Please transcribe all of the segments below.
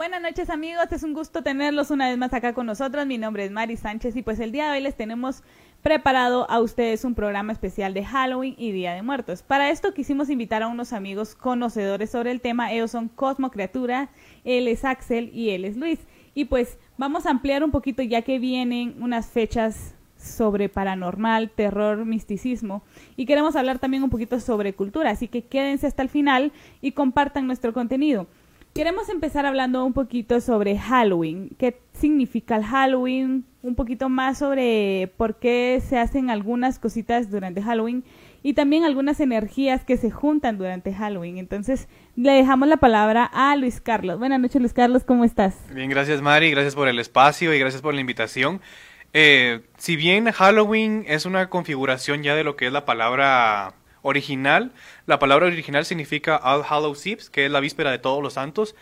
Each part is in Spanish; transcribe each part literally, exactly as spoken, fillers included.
Buenas noches amigos, es un gusto tenerlos una vez más acá con nosotros. Mi nombre es Mari Sánchez y pues el día de hoy les tenemos preparado a ustedes un programa especial de Halloween y Día de Muertos. Para esto quisimos invitar a unos amigos conocedores sobre el tema. Ellos son Cosmo Criatura, él es Axel y él es Luis. Y pues vamos a ampliar un poquito ya que vienen unas fechas sobre paranormal, terror, misticismo, y queremos hablar también un poquito sobre cultura, así que quédense hasta el final y compartan nuestro contenido. Queremos empezar hablando un poquito sobre Halloween, qué significa el Halloween, un poquito más sobre por qué se hacen algunas cositas durante Halloween y también algunas energías que se juntan durante Halloween. Entonces le dejamos la palabra a Luis Carlos. Buenas noches, Luis Carlos, ¿cómo estás? Bien, gracias Mari, gracias por el espacio y gracias por la invitación. Eh, si bien Halloween es una configuración ya de lo que es la palabra original, la palabra original significa All Hallows Eve, que es la víspera de Todos los Santos.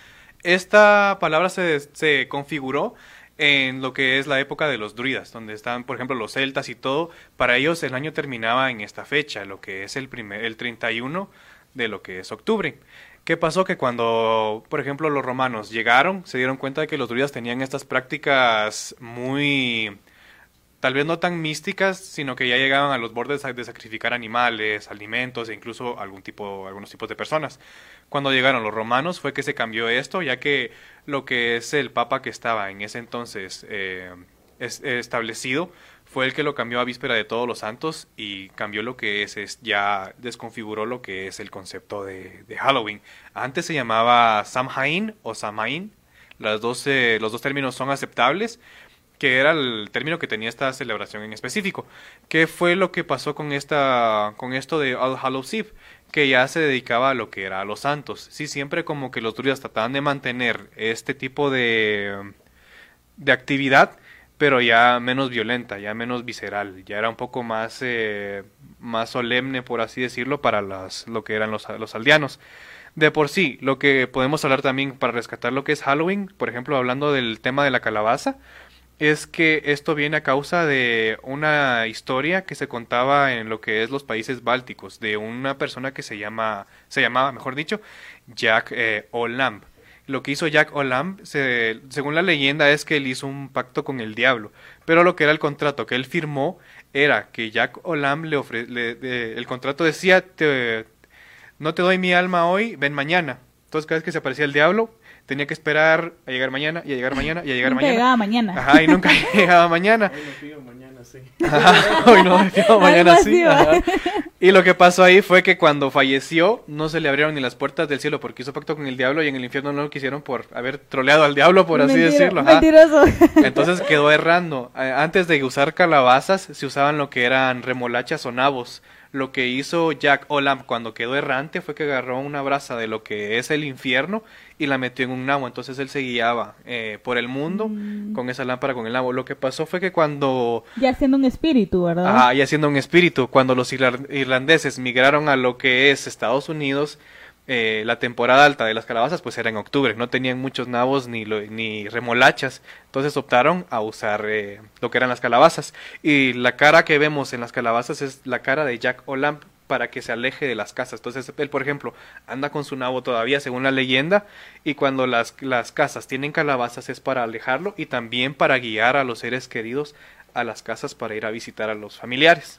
Esta palabra se, se configuró en lo que es la época de los druidas, donde están, por ejemplo, los celtas y todo. Para ellos el año terminaba en esta fecha, lo que es el, primer, el treinta y uno de lo que es octubre. ¿Qué pasó? Que cuando, por ejemplo, los romanos llegaron, se dieron cuenta de que los druidas tenían estas prácticas muy, tal vez no tan místicas, sino que ya llegaban a los bordes de sacrificar animales, alimentos e incluso algún tipo, algunos tipos de personas. Cuando llegaron los romanos fue que se cambió esto, ya que lo que es el papa que estaba en ese entonces eh, es, establecido fue el que lo cambió a víspera de Todos los Santos y cambió lo que es, es ya desconfiguró lo que es el concepto de, de Halloween. Antes se llamaba Samhain o Samain, las dos, eh, los dos términos son aceptables, que era el término que tenía esta celebración en específico. ¿Qué fue lo que pasó con esta con esto de All Hallows Eve? Que ya se dedicaba a lo que era a los santos. Sí, siempre como que los druidas trataban de mantener este tipo de, de actividad, pero ya menos violenta, ya menos visceral, ya era un poco más, eh, más solemne, por así decirlo, para las, lo que eran los, los aldeanos. De por sí, lo que podemos hablar también para rescatar lo que es Halloween, por ejemplo, hablando del tema de la calabaza, es que esto viene a causa de una historia que se contaba en lo que es los países bálticos, de una persona que se llama, se llamaba, mejor dicho, Jack eh, O'Lamb. Lo que hizo Jack O'Lamb, se, según la leyenda, es que él hizo un pacto con el diablo, pero lo que era el contrato que él firmó era que Jack O'Lamb le ofre, le, de, el contrato decía, te, no te doy mi alma hoy, ven mañana. Entonces cada vez que se aparecía el diablo, tenía que esperar a llegar mañana, y a llegar mañana, y a llegar nunca mañana. llegaba mañana. Ajá, y nunca llegaba mañana. Hoy me pido mañana, sí. Ajá, hoy no me pido mañana, Algo sí. así, Ajá. Y lo que pasó ahí fue que cuando falleció, no se le abrieron ni las puertas del cielo porque hizo pacto con el diablo y en el infierno no lo quisieron por haber troleado al diablo, por así Mentira, decirlo. Ajá. Mentiroso. Entonces quedó errando. Eh, Antes de usar calabazas, se usaban lo que eran remolachas o nabos. Lo que hizo Jack O'Lamb cuando quedó errante fue que agarró una brasa de lo que es el infierno y la metió en un nabo. Entonces él se guiaba eh, por el mundo mm. con esa lámpara, con el nabo. Lo que pasó fue que cuando... Ya siendo un espíritu, ¿verdad? Ah, ya siendo un espíritu. Cuando los irla- irlandeses migraron a lo que es Estados Unidos, eh, la temporada alta de las calabazas pues era en octubre. No tenían muchos nabos ni, lo, ni remolachas. Entonces optaron a usar eh, lo que eran las calabazas. Y la cara que vemos en las calabazas es la cara de Jack O'Lamb para que se aleje de las casas. Entonces él, por ejemplo, anda con su nabo todavía según la leyenda, y cuando las, las casas tienen calabazas es para alejarlo y también para guiar a los seres queridos a las casas para ir a visitar a los familiares.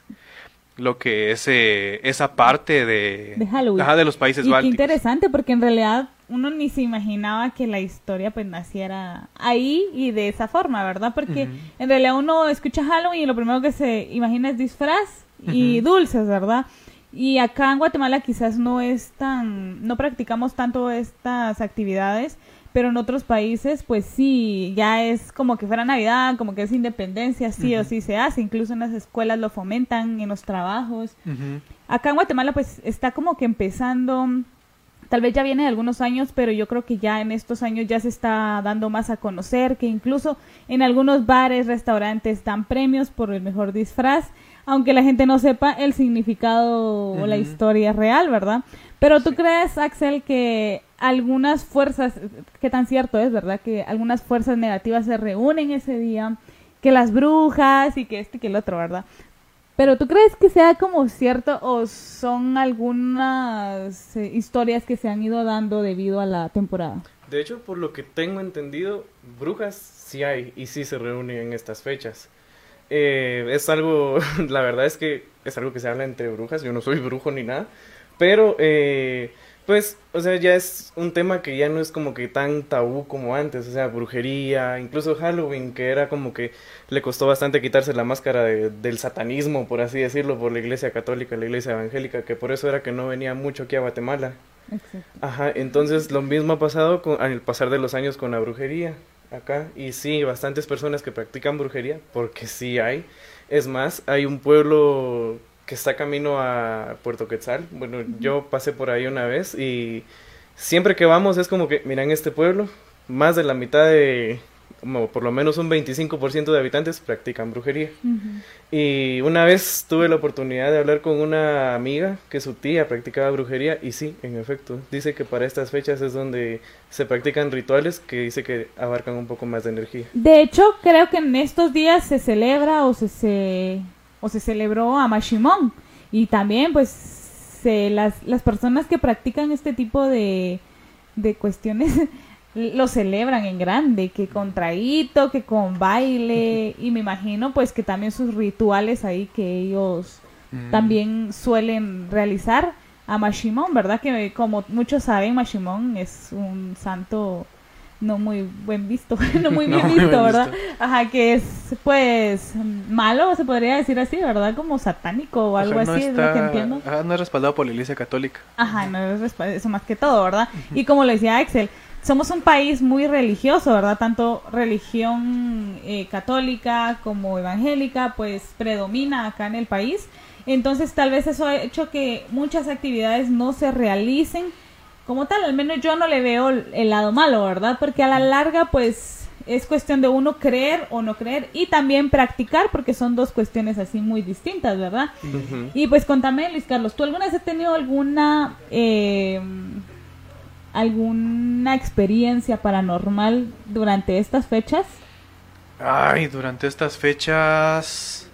Lo que es eh, esa parte de, de Halloween. Ajá, de los países y bálticos. Qué interesante, porque en realidad uno ni se imaginaba que la historia pues naciera ahí y de esa forma, ¿verdad? Porque uh-huh. en realidad uno escucha Halloween y lo primero que se imagina es disfraz y uh-huh. dulces, ¿verdad? Y acá en Guatemala quizás no es tan, no practicamos tanto estas actividades, pero en otros países pues sí, ya es como que fuera Navidad, como que es independencia, sí uh-huh. o sí se hace, incluso en las escuelas lo fomentan, en los trabajos. Uh-huh. Acá en Guatemala pues está como que empezando, tal vez ya viene de algunos años, pero yo creo que ya en estos años ya se está dando más a conocer, que incluso en algunos bares, restaurantes dan premios por el mejor disfraz, aunque la gente no sepa el significado uh-huh. o la historia real, ¿verdad? Pero tú sí. crees, Axel, que algunas fuerzas, que tan cierto es, ¿verdad? Que algunas fuerzas negativas se reúnen ese día, que las brujas y que este y que el otro, ¿verdad? Pero tú crees que sea como cierto o son algunas eh, historias que se han ido dando debido a la temporada. De hecho, por lo que tengo entendido, brujas sí hay y sí se reúnen en estas fechas. Eh, es algo, la verdad es que es algo que se habla entre brujas, yo no soy brujo ni nada, pero eh, pues, o sea, ya es un tema que ya no es como que tan tabú como antes, o sea, brujería, incluso Halloween, que era como que le costó bastante quitarse la máscara de, del satanismo, por así decirlo, por la iglesia católica, la iglesia evangélica, que por eso era que no venía mucho aquí a Guatemala. Exacto. Ajá, entonces lo mismo ha pasado con, al pasar de los años con la brujería acá, y sí, bastantes personas que practican brujería, porque sí hay. Es más, hay un pueblo que está camino a Puerto Quetzal. Bueno, uh-huh. Yo pasé por ahí una vez y siempre que vamos es como que, mira, en este pueblo, más de la mitad de, como por lo menos un veinticinco por ciento de habitantes practican brujería. Uh-huh. Y una vez tuve la oportunidad de hablar con una amiga que su tía practicaba brujería y sí, en efecto, dice que para estas fechas es donde se practican rituales que dice que abarcan un poco más de energía. De hecho, creo que en estos días se celebra o se, se, o se celebró a Mashimón y también pues se, las, las personas que practican este tipo de, de cuestiones lo celebran en grande, que con traguito, que con baile, y me imagino pues que también sus rituales ahí que ellos mm. también suelen realizar a Mashimón, ¿verdad? Que como muchos saben, Mashimón es un santo no muy buen visto, no muy bien no visto, muy ¿verdad? Visto. Ajá, que es pues malo, se podría decir así, ¿verdad? Como satánico o algo o sea, no así, está, es lo que entiendo. Ajá, no es respaldado por la Iglesia Católica. Ajá, no es respaldado, eso más que todo, ¿verdad? Uh-huh. Y como lo decía Axel, somos un país muy religioso, ¿verdad? Tanto religión eh, católica como evangélica, pues predomina acá en el país. Entonces, tal vez eso ha hecho que muchas actividades no se realicen como tal. Al menos yo no le veo el lado malo, ¿verdad? Porque a la larga, pues, es cuestión de uno creer o no creer y también practicar, porque son dos cuestiones así muy distintas, ¿verdad? Uh-huh. Y pues, contame, Luis Carlos, ¿tú alguna vez has tenido alguna... Eh, ¿alguna experiencia paranormal durante estas fechas? Ay, durante estas fechas...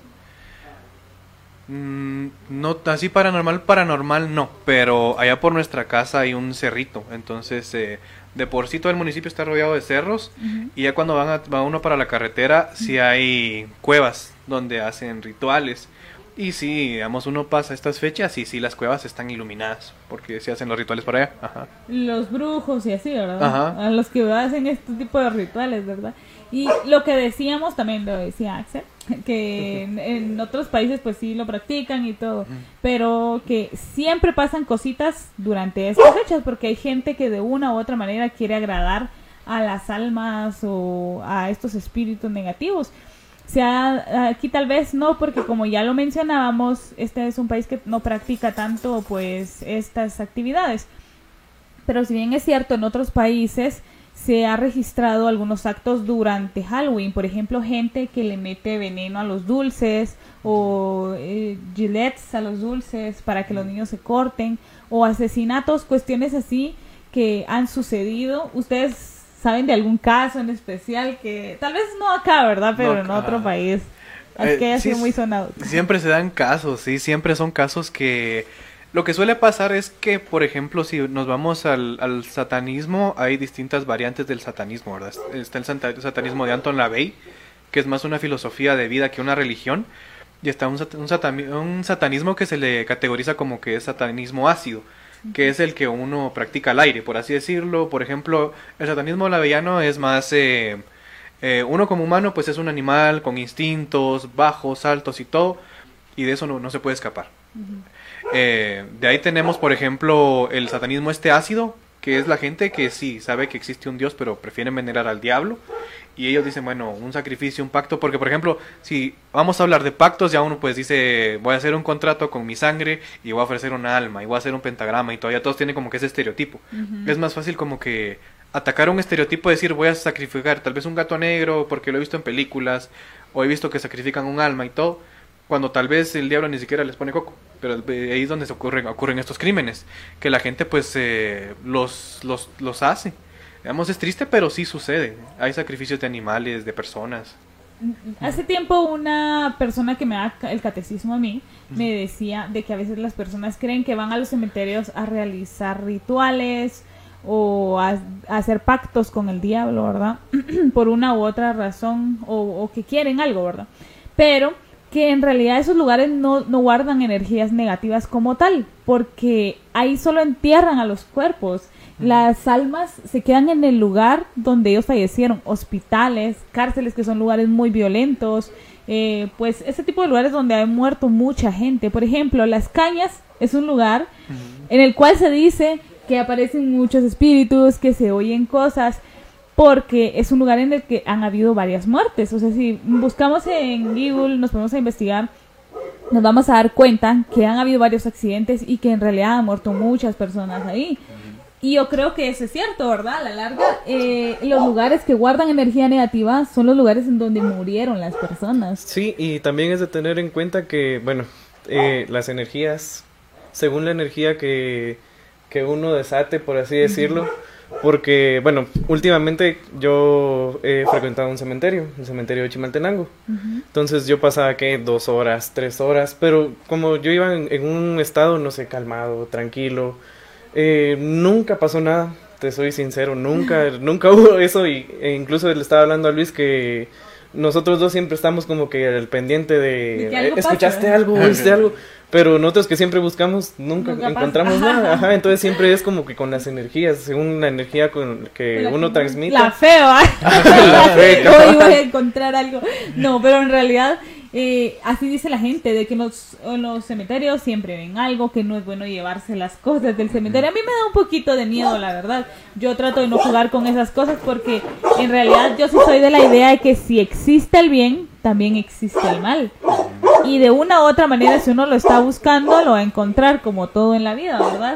Mm, no, así paranormal, paranormal no, pero allá por nuestra casa hay un cerrito, entonces eh, de por sí todo el municipio está rodeado de cerros, uh-huh. y ya cuando van a, va uno para la carretera, sí hay cuevas donde hacen rituales. Y sí, digamos, uno pasa estas fechas y sí, las cuevas están iluminadas, porque se hacen los rituales por allá. Ajá. Los brujos y así, ¿verdad? Ajá. A los que hacen este tipo de rituales, ¿verdad? Y lo que decíamos, también lo decía Axel, que en, en otros países pues sí lo practican y todo, pero que siempre pasan cositas durante estas fechas, porque hay gente que de una u otra manera quiere agradar a las almas o a estos espíritus negativos. O sea, aquí tal vez no, porque como ya lo mencionábamos, este es un país que no practica tanto pues estas actividades. Pero si bien es cierto, en otros países se ha registrado algunos actos durante Halloween. Por ejemplo, gente que le mete veneno a los dulces o eh, gilets a los dulces para que los niños se corten, o asesinatos, cuestiones así que han sucedido. Ustedes ¿saben de algún caso en especial que tal vez no acá, ¿verdad? Pero no, en otro ah, país. Es que eh, haya sido sí, muy sonado. Siempre se dan casos, sí, siempre son casos que... Lo que suele pasar es que, por ejemplo, si nos vamos al, al satanismo, hay distintas variantes del satanismo, ¿verdad? Está el satanismo de Anton LaVey, que es más una filosofía de vida que una religión. Y está un, un, satan, un satanismo que se le categoriza como que es satanismo ácido, que es el que uno practica al aire, por así decirlo. Por ejemplo, el satanismo laveyano es más... Eh, eh, uno como humano pues es un animal con instintos bajos, altos y todo, y de eso no, no se puede escapar. Uh-huh. Eh, de ahí tenemos, por ejemplo, el satanismo este ácido, que es la gente que sí sabe que existe un Dios, pero prefieren venerar al diablo. Y ellos dicen, bueno, un sacrificio, un pacto, porque por ejemplo, si vamos a hablar de pactos, ya uno pues dice, voy a hacer un contrato con mi sangre y voy a ofrecer una alma y voy a hacer un pentagrama, y todavía todos tienen como que ese estereotipo. Uh-huh. Es más fácil como que atacar un estereotipo, decir, voy a sacrificar tal vez un gato negro porque lo he visto en películas, o he visto que sacrifican un alma y todo, cuando tal vez el diablo ni siquiera les pone coco. Pero ahí es donde se ocurren, ocurren estos crímenes, que la gente pues eh, los, los, los hace. Digamos, es triste, pero sí sucede. Hay sacrificios de animales, de personas. Hace tiempo una persona que me da el catecismo a mí me decía de que a veces las personas creen que van a los cementerios a realizar rituales o a, a hacer pactos con el diablo, ¿verdad? Por una u otra razón, o, o que quieren algo, ¿verdad? Pero que en realidad esos lugares no, no guardan energías negativas como tal, porque ahí solo entierran a los cuerpos. Las almas se quedan en el lugar donde ellos fallecieron, hospitales, cárceles, que son lugares muy violentos, eh, pues ese tipo de lugares donde ha muerto mucha gente. Por ejemplo, Las Cañas es un lugar uh-huh. en el cual se dice que aparecen muchos espíritus, que se oyen cosas, porque es un lugar en el que han habido varias muertes. O sea, si buscamos en Google, nos ponemos a investigar, nos vamos a dar cuenta que han habido varios accidentes y que en realidad han muerto muchas personas ahí. Y yo creo que eso es cierto, ¿verdad? A la larga, eh, los lugares que guardan energía negativa son los lugares en donde murieron las personas. Sí, y también es de tener en cuenta que, bueno, eh, las energías, según la energía que, que uno desate, por así decirlo, porque, bueno, últimamente yo he frecuentado un cementerio, el cementerio de Chimaltenango. Uh-huh. Entonces yo pasaba, ¿qué? Dos horas, tres horas, pero como yo iba en, en un estado, no sé, calmado, tranquilo, Eh, nunca pasó nada, te soy sincero, nunca, nunca hubo eso y e incluso le estaba hablando a Luis que nosotros dos siempre estamos como que al pendiente de, de algo ¿escuchaste pasa? algo? ¿Oíste algo? Pero nosotros que siempre buscamos, nunca, nunca encontramos pasa. nada, ajá, entonces siempre es como que con las energías, según la energía con que la, uno transmite. La fea, la fe, hoy voy a encontrar algo, no, pero en realidad... Eh, así dice la gente, de que en los, en los cementerios siempre ven algo, que no es bueno llevarse las cosas del cementerio. A mí me da un poquito de miedo, la verdad. Yo trato de no jugar con esas cosas porque en realidad yo sí soy de la idea de que si existe el bien, también existe el mal. Y de una u otra manera, si uno lo está buscando, lo va a encontrar, como todo en la vida, ¿verdad?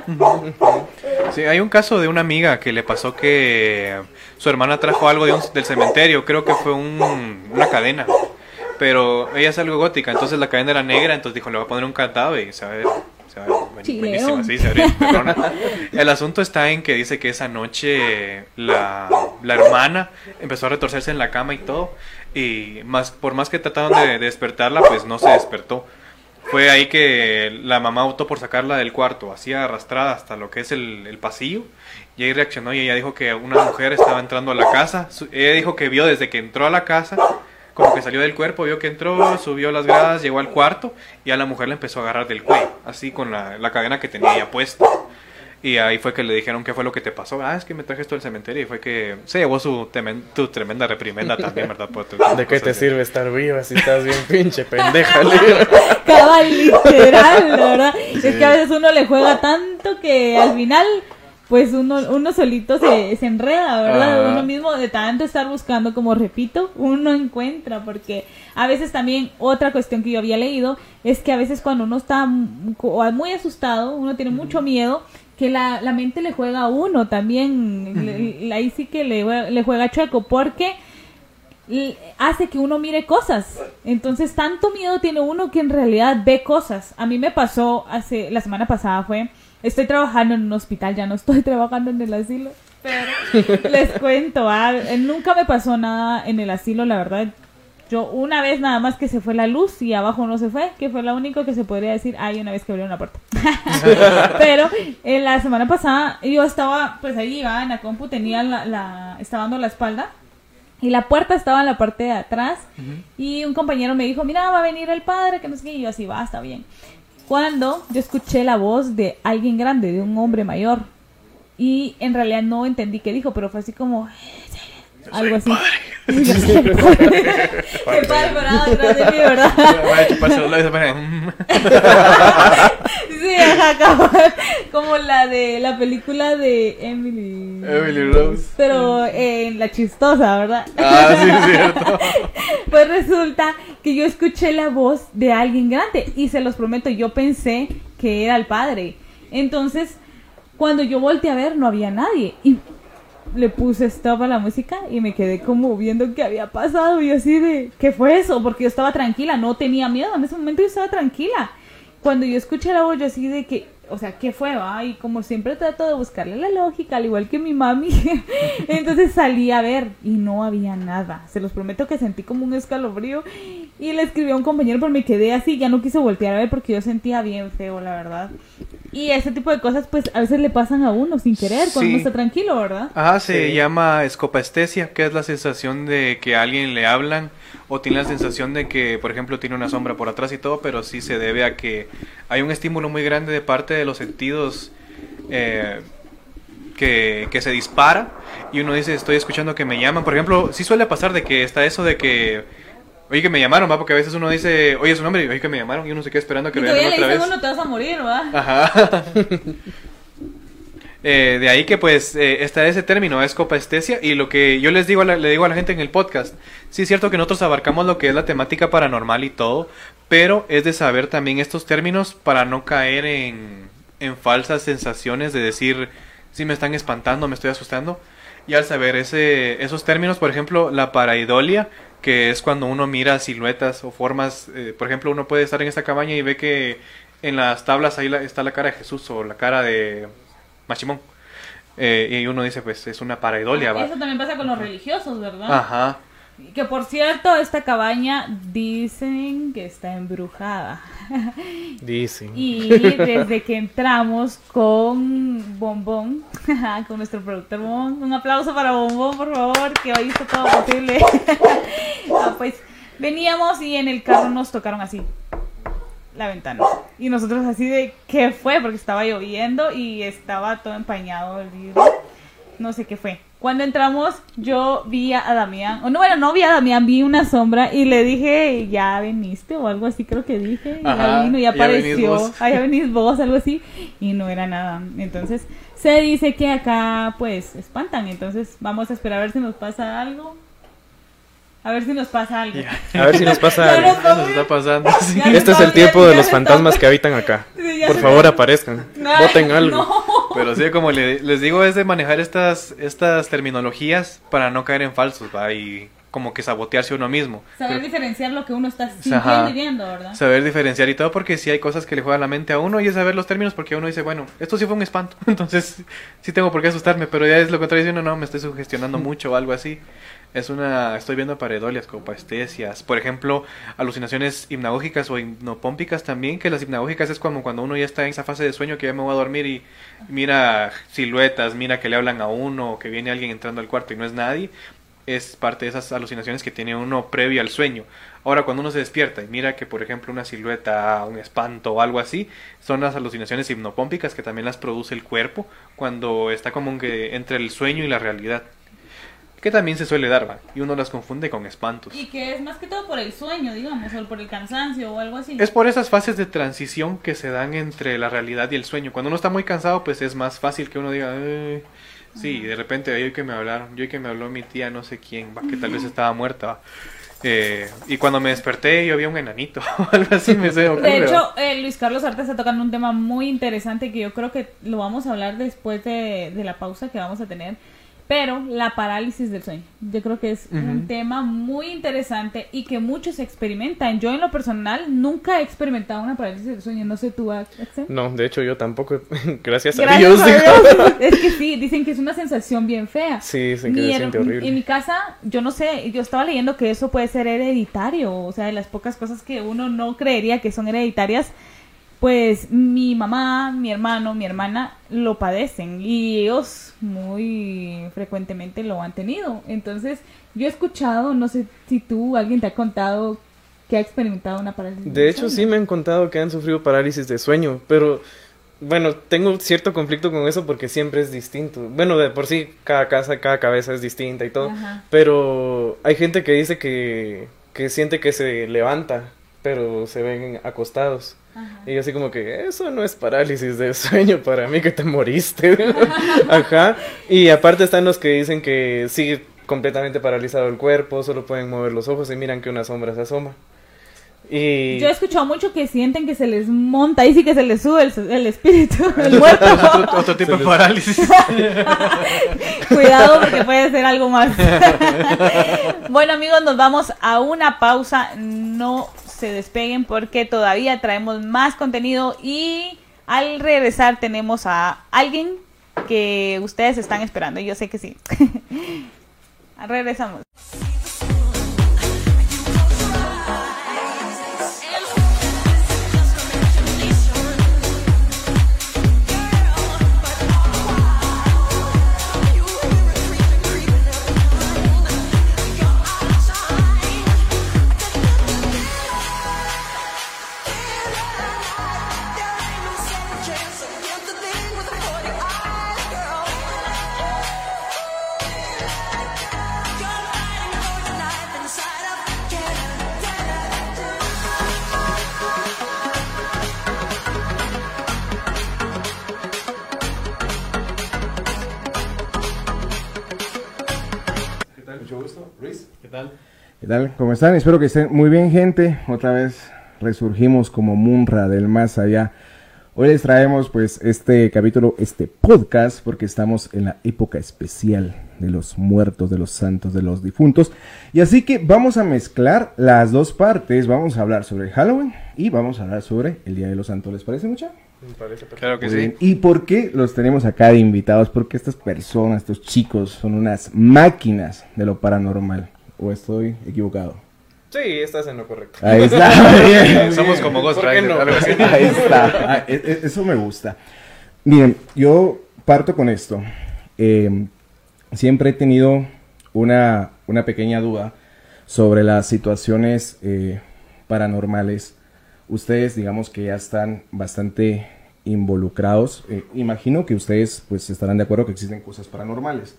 Sí, hay un caso de una amiga que le pasó que su hermana trajo algo de un, del cementerio, creo que fue un, una cadena. Pero ella es algo gótica, entonces la cadena era negra, entonces dijo, le voy a poner un candado y se va a ver, se va a ver buenísimo, así, se abre, perdona. El asunto está en que dice que esa noche la, la hermana empezó a retorcerse en la cama y todo, y más por más que trataron de, de despertarla, pues no se despertó. Fue ahí que la mamá optó por sacarla del cuarto, así arrastrada hasta lo que es el, el pasillo, y ahí reaccionó y ella dijo que una mujer estaba entrando a la casa. Ella dijo que vio desde que entró a la casa, como que salió del cuerpo, vio que entró, subió las gradas, llegó al cuarto y a la mujer le empezó a agarrar del cuello, así con la, la cadena que tenía ella puesta. Y ahí fue que le dijeron qué fue lo que te pasó. Ah, es que me traje esto del cementerio. Y fue que se llevó su temen, tu tremenda reprimenda también, ¿verdad? Por tu, ¿De qué te así. Sirve estar viva si estás bien pinche pendeja? Cabal, literal, ¿verdad? Sí. Es que a veces uno le juega tanto que al final... pues uno uno solito se, se enreda, ¿verdad? Uh-huh. Uno mismo de tanto estar buscando, como repito, uno encuentra, porque a veces también otra cuestión que yo había leído es que a veces cuando uno está muy asustado, uno tiene mucho miedo, que la, la mente le juega a uno también, uh-huh. le, ahí sí que le, le juega chueco, porque hace que uno mire cosas. Entonces tanto miedo tiene uno que en realidad ve cosas. A mí me pasó hace la semana pasada fue... Estoy trabajando en un hospital, ya no estoy trabajando en el asilo, pero les cuento, ah, nunca me pasó nada en el asilo, la verdad. Yo una vez nada más que se fue la luz y abajo no se fue, que fue lo único que se podría decir, ay, una vez que abrieron la puerta. Pero en la semana pasada yo estaba, pues ahí iba en la compu, tenía la, la, estaba dando la espalda y la puerta estaba en la parte de atrás. Uh-huh. Y un compañero me dijo, mira, va a venir el padre, que no sé qué, y yo así, va, está bien. Cuando yo escuché la voz de alguien grande, de un hombre mayor, y en realidad no entendí qué dijo, pero fue así como algo así. El padre parado atrás de mí, ¿verdad? Sí, ajá, como la de la película de Emily Emily Rose, pero en eh, la chistosa, ¿verdad? Ah, sí, es cierto. Pues resulta que yo escuché la voz de alguien grande y se los prometo, yo pensé que era el padre. Entonces, cuando yo volteé a ver, no había nadie y le puse stop a la música y me quedé como viendo qué había pasado y así de, ¿qué fue eso? Porque yo estaba tranquila, no tenía miedo, en ese momento yo estaba tranquila. Cuando yo escuché la voz, yo así de que, o sea, ¿qué fue, va? Y como siempre trato de buscarle la lógica, al igual que mi mami, entonces salí a ver y no había nada. Se los prometo que sentí como un escalofrío y le escribí a un compañero, pero me quedé así, ya no quise voltear a ver porque yo sentía bien feo, la verdad. Y ese tipo de cosas, pues, a veces le pasan a uno sin querer, cuando Sí. uno está tranquilo, ¿verdad? Ajá, se Sí. llama escopestesia, que es la sensación de que a alguien le hablan o tiene la sensación de que, por ejemplo, tiene una sombra por atrás y todo, pero sí se debe a que hay un estímulo muy grande de parte de los sentidos eh, que, que se dispara y uno dice, estoy escuchando que me llaman. Por ejemplo, sí suele pasar de que está eso de que, oye, que me llamaron, va, porque a veces uno dice, oye, su nombre, y oye, que me llamaron, y uno se queda esperando a que Y lo todavía llamen le otra dicen vez. uno, te vas a morir, ¿va? Ajá. Eh, de ahí que pues eh, está ese término, escopestesia, y lo que yo les digo a la, le digo a la gente en el podcast, sí es cierto que nosotros abarcamos lo que es la temática paranormal y todo, pero es de saber también estos términos para no caer en, en falsas sensaciones de decir, si me están espantando, me estoy asustando, y al saber ese, esos términos, por ejemplo, la paraidolia, que es cuando uno mira siluetas o formas, eh, por ejemplo, uno puede estar en esta cabaña y ve que en las tablas ahí la, está la cara de Jesús o la cara de Machimón. Eh, y uno dice, pues es una pareidolia, ¿va? Eso también pasa con los religiosos, ¿verdad? Ajá. Que por cierto, esta cabaña dicen que está embrujada. Dice. Y desde que entramos con Bombón, con nuestro productor Bombón, un aplauso para Bombón, por favor, que hoy hizo todo posible. Ah, pues veníamos y en el carro nos tocaron así la ventana. Y nosotros así de, ¿qué fue? Porque estaba lloviendo y estaba todo empañado el vidrio. No sé qué fue. Cuando entramos, yo vi a Damián, o no, bueno, no vi a Damián, vi una sombra y le dije, ya veniste o algo así, creo que dije. Y Ajá, ya vino y ya venís apareció, vos. ah, ya venís vos, algo así, y no era nada. Entonces, se dice que acá, pues, espantan. Entonces, vamos a esperar a ver si nos pasa algo. A ver si nos pasa algo. Ya. A ver si nos pasa Ya algo. nos Ya nos está pasando. Sí. Ya nos Este es el está- tiempo ya- de ya los se fantasmas está- que habitan acá. Sí, ya Por se- favor, aparezcan. Ay, Voten algo. no. Pero sí, como le- les digo, es de manejar estas, estas terminologías para no caer en falsos, ¿va? Y como que sabotearse uno mismo. Saber Creo- diferenciar lo que uno está sintiendo Ajá. y viendo, ¿verdad? Saber diferenciar y todo, porque sí hay cosas que le juegan la mente a uno y es saber los términos, porque uno dice, bueno, esto sí fue un espanto, entonces sí tengo por qué asustarme, pero ya es lo contrario, dice uno, no, me estoy sugestionando mucho o algo así. Es una, estoy viendo pareidolias, copestesias, por ejemplo, alucinaciones hipnagógicas o hipnopómpicas también, que las hipnagógicas es como cuando uno ya está en esa fase de sueño que ya me voy a dormir y mira siluetas, mira que le hablan a uno, o que viene alguien entrando al cuarto y no es nadie. Es parte de esas alucinaciones que tiene uno previo al sueño. Ahora, cuando uno se despierta y mira que, por ejemplo, una silueta, un espanto o algo así, son las alucinaciones hipnopómpicas que también las produce el cuerpo cuando está como que entre el sueño y la realidad. Que también se suele dar, ¿va? Y uno las confunde con espantos. Y que es más que todo por el sueño, digamos, o por el cansancio o algo así. Es por esas fases de transición que se dan entre la realidad y el sueño. Cuando uno está muy cansado, pues es más fácil que uno diga, "Eh, sí, de repente, hoy que me hablaron, yo que me habló mi tía, no sé quién, va, que tal vez estaba muerta, va". Eh, y cuando me desperté, yo vi un enanito, o algo así me se ocurre, De va. hecho, eh, Luis Carlos ahorita está tocando un tema muy interesante que yo creo que lo vamos a hablar después de, de la pausa que vamos a tener. Pero la parálisis del sueño, yo creo que es Ujú. un tema muy interesante y que muchos experimentan. Yo en lo personal nunca he experimentado una parálisis del sueño, no sé tú, Axel. No, de hecho yo tampoco. Gracias, a Gracias Dios. a digo. Dios. Es que sí, dicen que es una sensación bien fea. Sí, dicen que Mi se her- siente horrible. En mi casa, yo no sé, yo estaba leyendo que eso puede ser hereditario, o sea, de las pocas cosas que uno no creería que son hereditarias, pues mi mamá, mi hermano, mi hermana lo padecen y ellos muy frecuentemente lo han tenido. Entonces, yo he escuchado, no sé si tú, alguien te ha contado que ha experimentado una parálisis. De hecho, sí me han contado que han sufrido parálisis de sueño, pero bueno, tengo cierto conflicto con eso porque siempre es distinto. Bueno, de por sí, cada casa, cada cabeza es distinta y todo, Ajá. pero hay gente que dice que, que siente que se levanta, pero se ven acostados. Ajá. Y yo así como que, eso no es parálisis de sueño para mí que te moriste. Ajá. Y aparte están los que dicen que sigue completamente paralizado el cuerpo, solo pueden mover los ojos y miran que una sombra se asoma. Y Yo he escuchado mucho que sienten que se les monta, y sí que se les sube el, el espíritu, el muerto. Es otro, otro tipo Se de les- parálisis. Cuidado porque puede ser algo más. Bueno, amigos, nos vamos a una pausa. No se despeguen porque todavía traemos más contenido y al regresar tenemos a alguien que ustedes están esperando. Yo sé que sí. Regresamos. Mucho gusto, Luis. ¿Qué tal? ¿Qué tal? ¿Cómo están? Espero que estén muy bien, gente. Otra vez resurgimos como Munra del más allá. Hoy les traemos pues este capítulo, este podcast, porque estamos en la época especial de los muertos, de los santos, de los difuntos. Y así que vamos a mezclar las dos partes. Vamos a hablar sobre Halloween y vamos a hablar sobre el Día de los Santos. ¿Les parece mucho? Me parece perfecto. Claro que Muy sí. bien. ¿Y por qué los tenemos acá de invitados? Porque estas personas, estos chicos, son unas máquinas de lo paranormal. ¿O estoy equivocado? Sí, estás en lo correcto. Ahí está. Bien, Somos bien. como Ghost ¿Por qué Rider, no? algo así. Ahí está. Ah, e- e- eso me gusta. Miren, yo parto con esto. Eh, siempre he tenido una, una pequeña duda sobre las situaciones eh, paranormales. Ustedes, digamos que ya están bastante involucrados. Eh, imagino que ustedes pues estarán de acuerdo que existen cosas paranormales.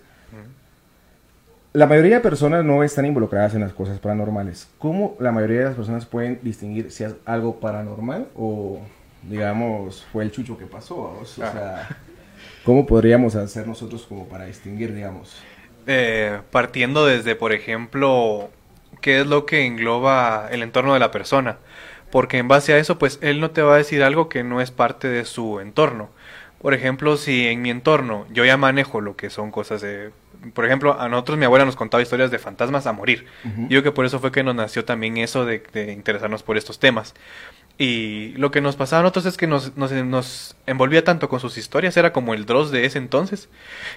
La mayoría de personas no están involucradas en las cosas paranormales. ¿Cómo la mayoría de las personas pueden distinguir si es algo paranormal o, digamos, fue el chucho que pasó? O sea, ¿cómo podríamos hacer nosotros como para distinguir, digamos? Eh, partiendo desde, por ejemplo, qué es lo que engloba el entorno de la persona. Porque en base a eso, pues, él no te va a decir algo que no es parte de su entorno. Por ejemplo, si en mi entorno yo ya manejo lo que son cosas de... Por ejemplo, a nosotros mi abuela nos contaba historias de fantasmas a morir. Uh-huh. Yo creo que por eso fue que nos nació también eso de, de interesarnos por estos temas. Y lo que nos pasaba a nosotros es que nos, nos, nos envolvía tanto con sus historias, era como el Dross de ese entonces.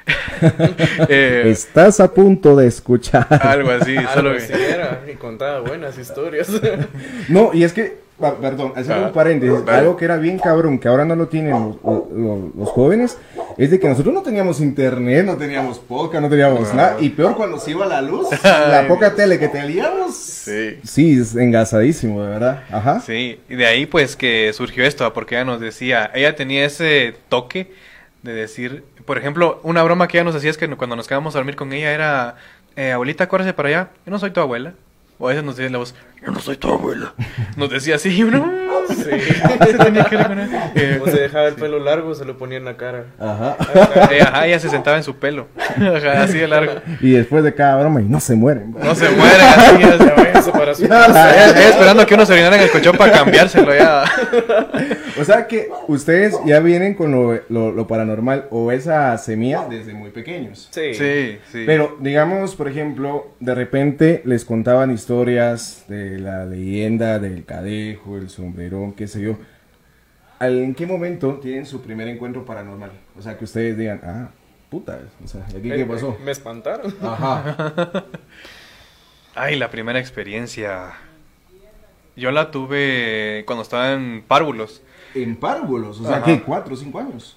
eh, Estás a punto de escuchar. algo así, Algo solo así era, y contaba buenas historias. No, y es que, pa- perdón, haciendo Ah, un paréntesis, vale. algo que era bien cabrón, que ahora no lo tienen los, los- los jóvenes, es de que nosotros no teníamos internet, no teníamos podcast, no teníamos No. nada, y peor cuando se iba la luz, la poca tele que teníamos, Sí. sí, es engasadísimo, de verdad, ajá. Sí, y de ahí pues que surgió esto, porque ella nos decía, ella tenía ese toque de decir, por ejemplo, una broma que ella nos hacía es que cuando nos quedábamos a dormir con ella era, eh, abuelita, córrese para allá, yo no soy tu abuela. O a veces nos decía la voz, yo no soy tu abuela. Nos decía así, y uno, Sí. se tenía que reconocer. Eh, Como se dejaba el pelo largo, se lo ponía en la cara. Ajá. eh, ajá, ella se sentaba en su pelo, ajá, así de largo. Y después de cada broma, y no se mueren. No se muere, así, o sea, güey. Eso para su Ella- ella esperando que uno se orinara en el colchón para cambiárselo ya. O sea que ustedes ya vienen con lo, lo- lo paranormal o esa semilla desde muy pequeños. Sí. Sí, sí. Pero, digamos, por ejemplo, de repente les contaban historias de la leyenda del cadejo, el sombrerón, qué sé yo. ¿Al- ¿En qué momento tienen su primer encuentro paranormal? O sea, que ustedes digan, ah, puta, o sea, ¿y aquí Me- qué pasó? Me espantaron. Ajá. Ay, la primera experiencia. Yo la tuve cuando estaba en párvulos. En párvulos, o sea, Ajá. ¿qué? ¿Cuatro o cinco años?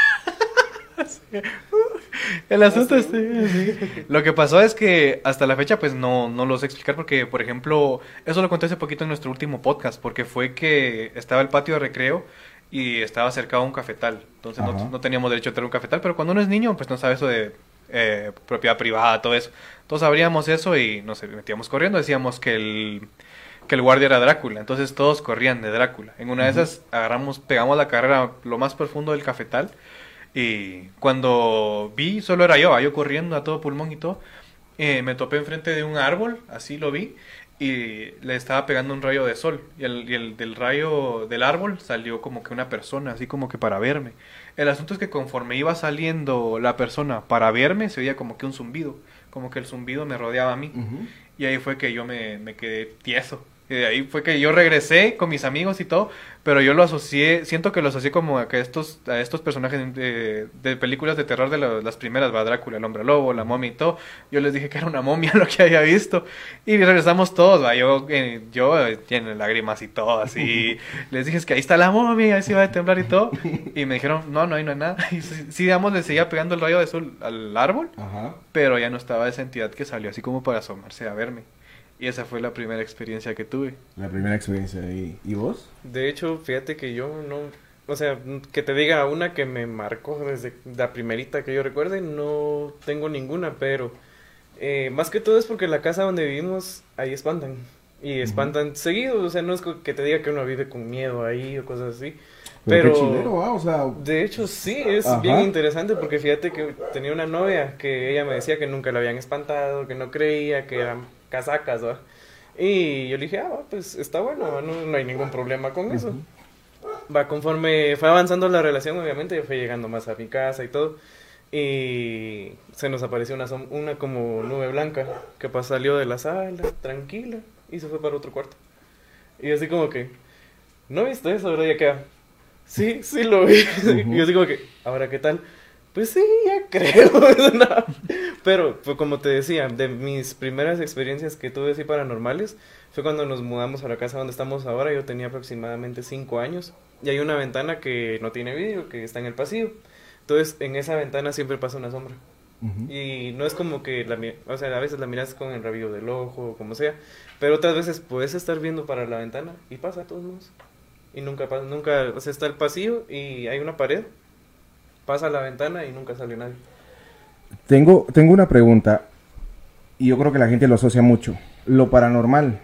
El asunto es... sí. Lo que pasó es que hasta la fecha pues no, no lo sé explicar porque, por ejemplo, eso lo conté hace poquito en nuestro último podcast, porque fue que estaba el patio de recreo y estaba cercado a un cafetal. Entonces no, Ajá. no teníamos derecho a tener un cafetal, pero cuando uno es niño pues no sabe eso de eh, propiedad privada, todo eso. Entonces abríamos eso y nos metíamos corriendo, decíamos que el... que el guardia era Drácula, entonces todos corrían de Drácula. En una de esas agarramos, pegamos la carrera lo más profundo del cafetal y cuando vi, solo era yo, yo corriendo a todo pulmón y todo, eh, me topé enfrente de un árbol, así lo vi, y le estaba pegando un rayo de sol, y el, y el del rayo del árbol salió como que una persona, así como que para verme. El asunto es que conforme iba saliendo la persona para verme, se oía como que un zumbido, como que el zumbido me rodeaba a mí. Ujú. Y ahí fue que yo me, me quedé tieso. Y de ahí fue que yo regresé con mis amigos y todo, pero yo lo asocié, siento que lo asocié como a que estos, a estos personajes de, de películas de terror de la, las primeras, va, Drácula, el hombre lobo, la momia y todo. Yo les dije que era una momia lo que había visto. Y regresamos todos, va, yo, eh, yo eh, lleno de lágrimas y todo, así. Les dije, es que ahí está la momia, ahí se va a temblar y todo. Y me dijeron, no, no, ahí no hay nada. Y sí, sí, digamos, le seguía pegando el rayo de sol al árbol, Ajá. pero ya no estaba esa entidad que salió así como para asomarse a verme. Y esa fue la primera experiencia que tuve. La primera experiencia. ¿Y, ¿y vos? De hecho, fíjate que yo no... O sea, que te diga una que me marcó desde la primerita que yo recuerde, no tengo ninguna, pero... Eh, más que todo es porque la casa donde vivimos, ahí espantan. Y espantan uh-huh. seguido, o sea, no es que te diga que uno vive con miedo ahí o cosas así. Pero, pero qué chilero, ¿ah? O sea... De hecho, sí, es Ajá. bien interesante porque fíjate que tenía una novia que ella me decía que nunca la habían espantado, que no creía, que eran casacas, ¿va? Y yo le dije, ah, pues está bueno, no, no hay ningún problema con eso. Uh-huh. Va, conforme fue avanzando la relación, obviamente, yo fui llegando más a mi casa y todo. Y se nos apareció una, som- una como nube blanca que pues, salió de la sala, tranquila, y se fue para otro cuarto. Y así como que, ¿no viste eso? Ahora ya queda, sí, sí lo vi. Uh-huh. Y yo así como que, ¿ahora qué tal? Pues sí, ya creo. No. Pero, pues, como te decía, de mis primeras experiencias que tuve así paranormales, fue cuando nos mudamos a la casa donde estamos ahora. Yo tenía aproximadamente cinco años. Y hay una ventana que no tiene vidrio, que está en el pasillo. Entonces, en esa ventana siempre pasa una sombra. Uh-huh. Y no es como que, la, o sea, a veces la miras con el rabillo del ojo, o como sea. Pero otras veces puedes estar viendo para la ventana y pasa a todos modos. Y nunca pasa, nunca, o sea, está el pasillo y hay una pared. Pasa a la ventana y nunca sale nadie. Tengo, tengo una pregunta, y yo creo que la gente lo asocia mucho. Lo paranormal,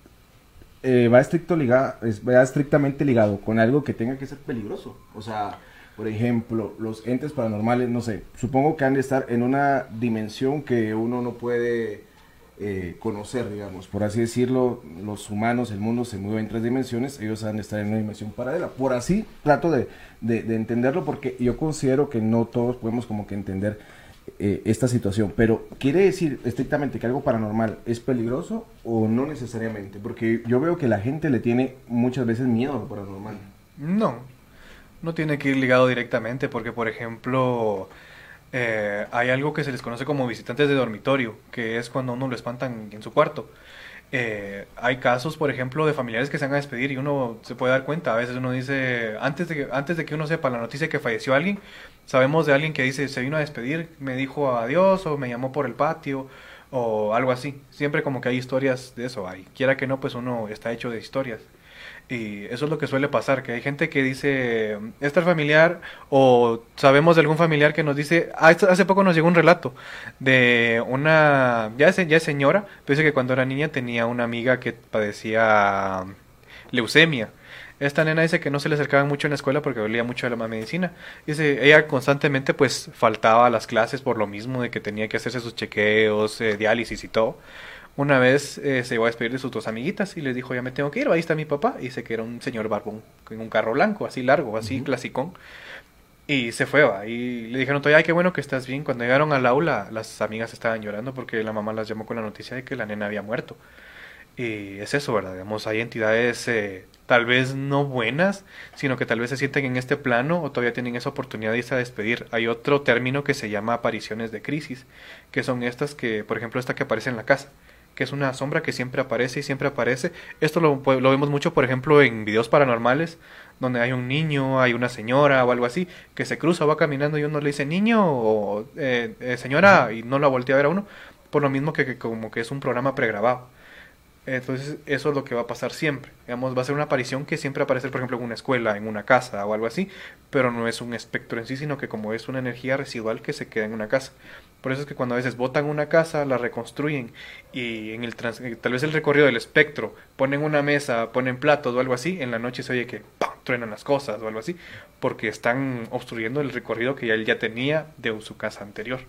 eh, va, estricto liga, es, va estrictamente ligado con algo que tenga que ser peligroso. O sea, por ejemplo, los entes paranormales, no sé, supongo que han de estar en una dimensión que uno no puede eh, conocer, digamos. Por así decirlo, los humanos, el mundo se mueve en tres dimensiones, ellos han de estar en una dimensión paralela. Por así trato de, de, de entenderlo, porque yo considero que no todos podemos como que entender eh, esta situación. Pero, ¿quiere decir estrictamente que algo paranormal es peligroso o no necesariamente? Porque yo veo que la gente le tiene muchas veces miedo a lo paranormal. No, no tiene que ir ligado directamente, porque, por ejemplo... Eh, hay algo que se les conoce como visitantes de dormitorio, que es cuando uno lo espantan en su cuarto. Eh, hay casos, por ejemplo, de familiares que se van a despedir y uno se puede dar cuenta. A veces uno dice, antes de que, antes de que uno sepa la noticia de que falleció alguien, sabemos de alguien que dice, se vino a despedir, me dijo adiós o me llamó por el patio o algo así. Siempre como que hay historias de eso. Hay, quiera que no, pues uno está hecho de historias. Y eso es lo que suele pasar, que hay gente que dice, este es familiar, o sabemos de algún familiar que nos dice, ah, hace poco nos llegó un relato de una, ya es, ya es señora, pero dice que cuando era niña tenía una amiga que padecía leucemia. Esta nena dice que no se le acercaba mucho en la escuela porque dolía mucho de la medicina. Dice, ella constantemente pues faltaba a las clases por lo mismo de que tenía que hacerse sus chequeos, eh, diálisis y todo. Una vez eh, se iba a despedir de sus dos amiguitas y les dijo, ya me tengo que ir, ahí está mi papá. Y dice que era un señor barbón, en un carro blanco, así largo, así uh-huh. clasicón. Y se fue, va. Y le dijeron, ay, qué bueno que estás bien. Cuando llegaron al aula, las amigas estaban llorando porque la mamá las llamó con la noticia de que la nena había muerto. Y es eso, ¿verdad? Digamos, hay entidades eh, tal vez no buenas, sino que tal vez se sienten en este plano o todavía tienen esa oportunidad de irse a despedir. Hay otro término que se llama apariciones de crisis, que son estas que, por ejemplo, esta que aparece en la casa, que es una sombra que siempre aparece y siempre aparece. Esto lo, lo vemos mucho, por ejemplo, en videos paranormales, donde hay un niño, hay una señora o algo así, que se cruza, va caminando y uno le dice niño o eh, eh, señora, y no la voltea a ver a uno, por lo mismo que, que como que es un programa pregrabado. Entonces eso es lo que va a pasar siempre. Digamos, va a ser una aparición que siempre aparece, por ejemplo, en una escuela, en una casa o algo así, pero no es un espectro en sí, sino que como es una energía residual que se queda en una casa. Por eso es que cuando a veces botan una casa, la reconstruyen y en el trans, tal vez el recorrido del espectro, ponen una mesa, ponen platos o algo así, en la noche se oye que ¡pam!, truenan las cosas o algo así, porque están obstruyendo el recorrido que ya él ya tenía de su casa anterior.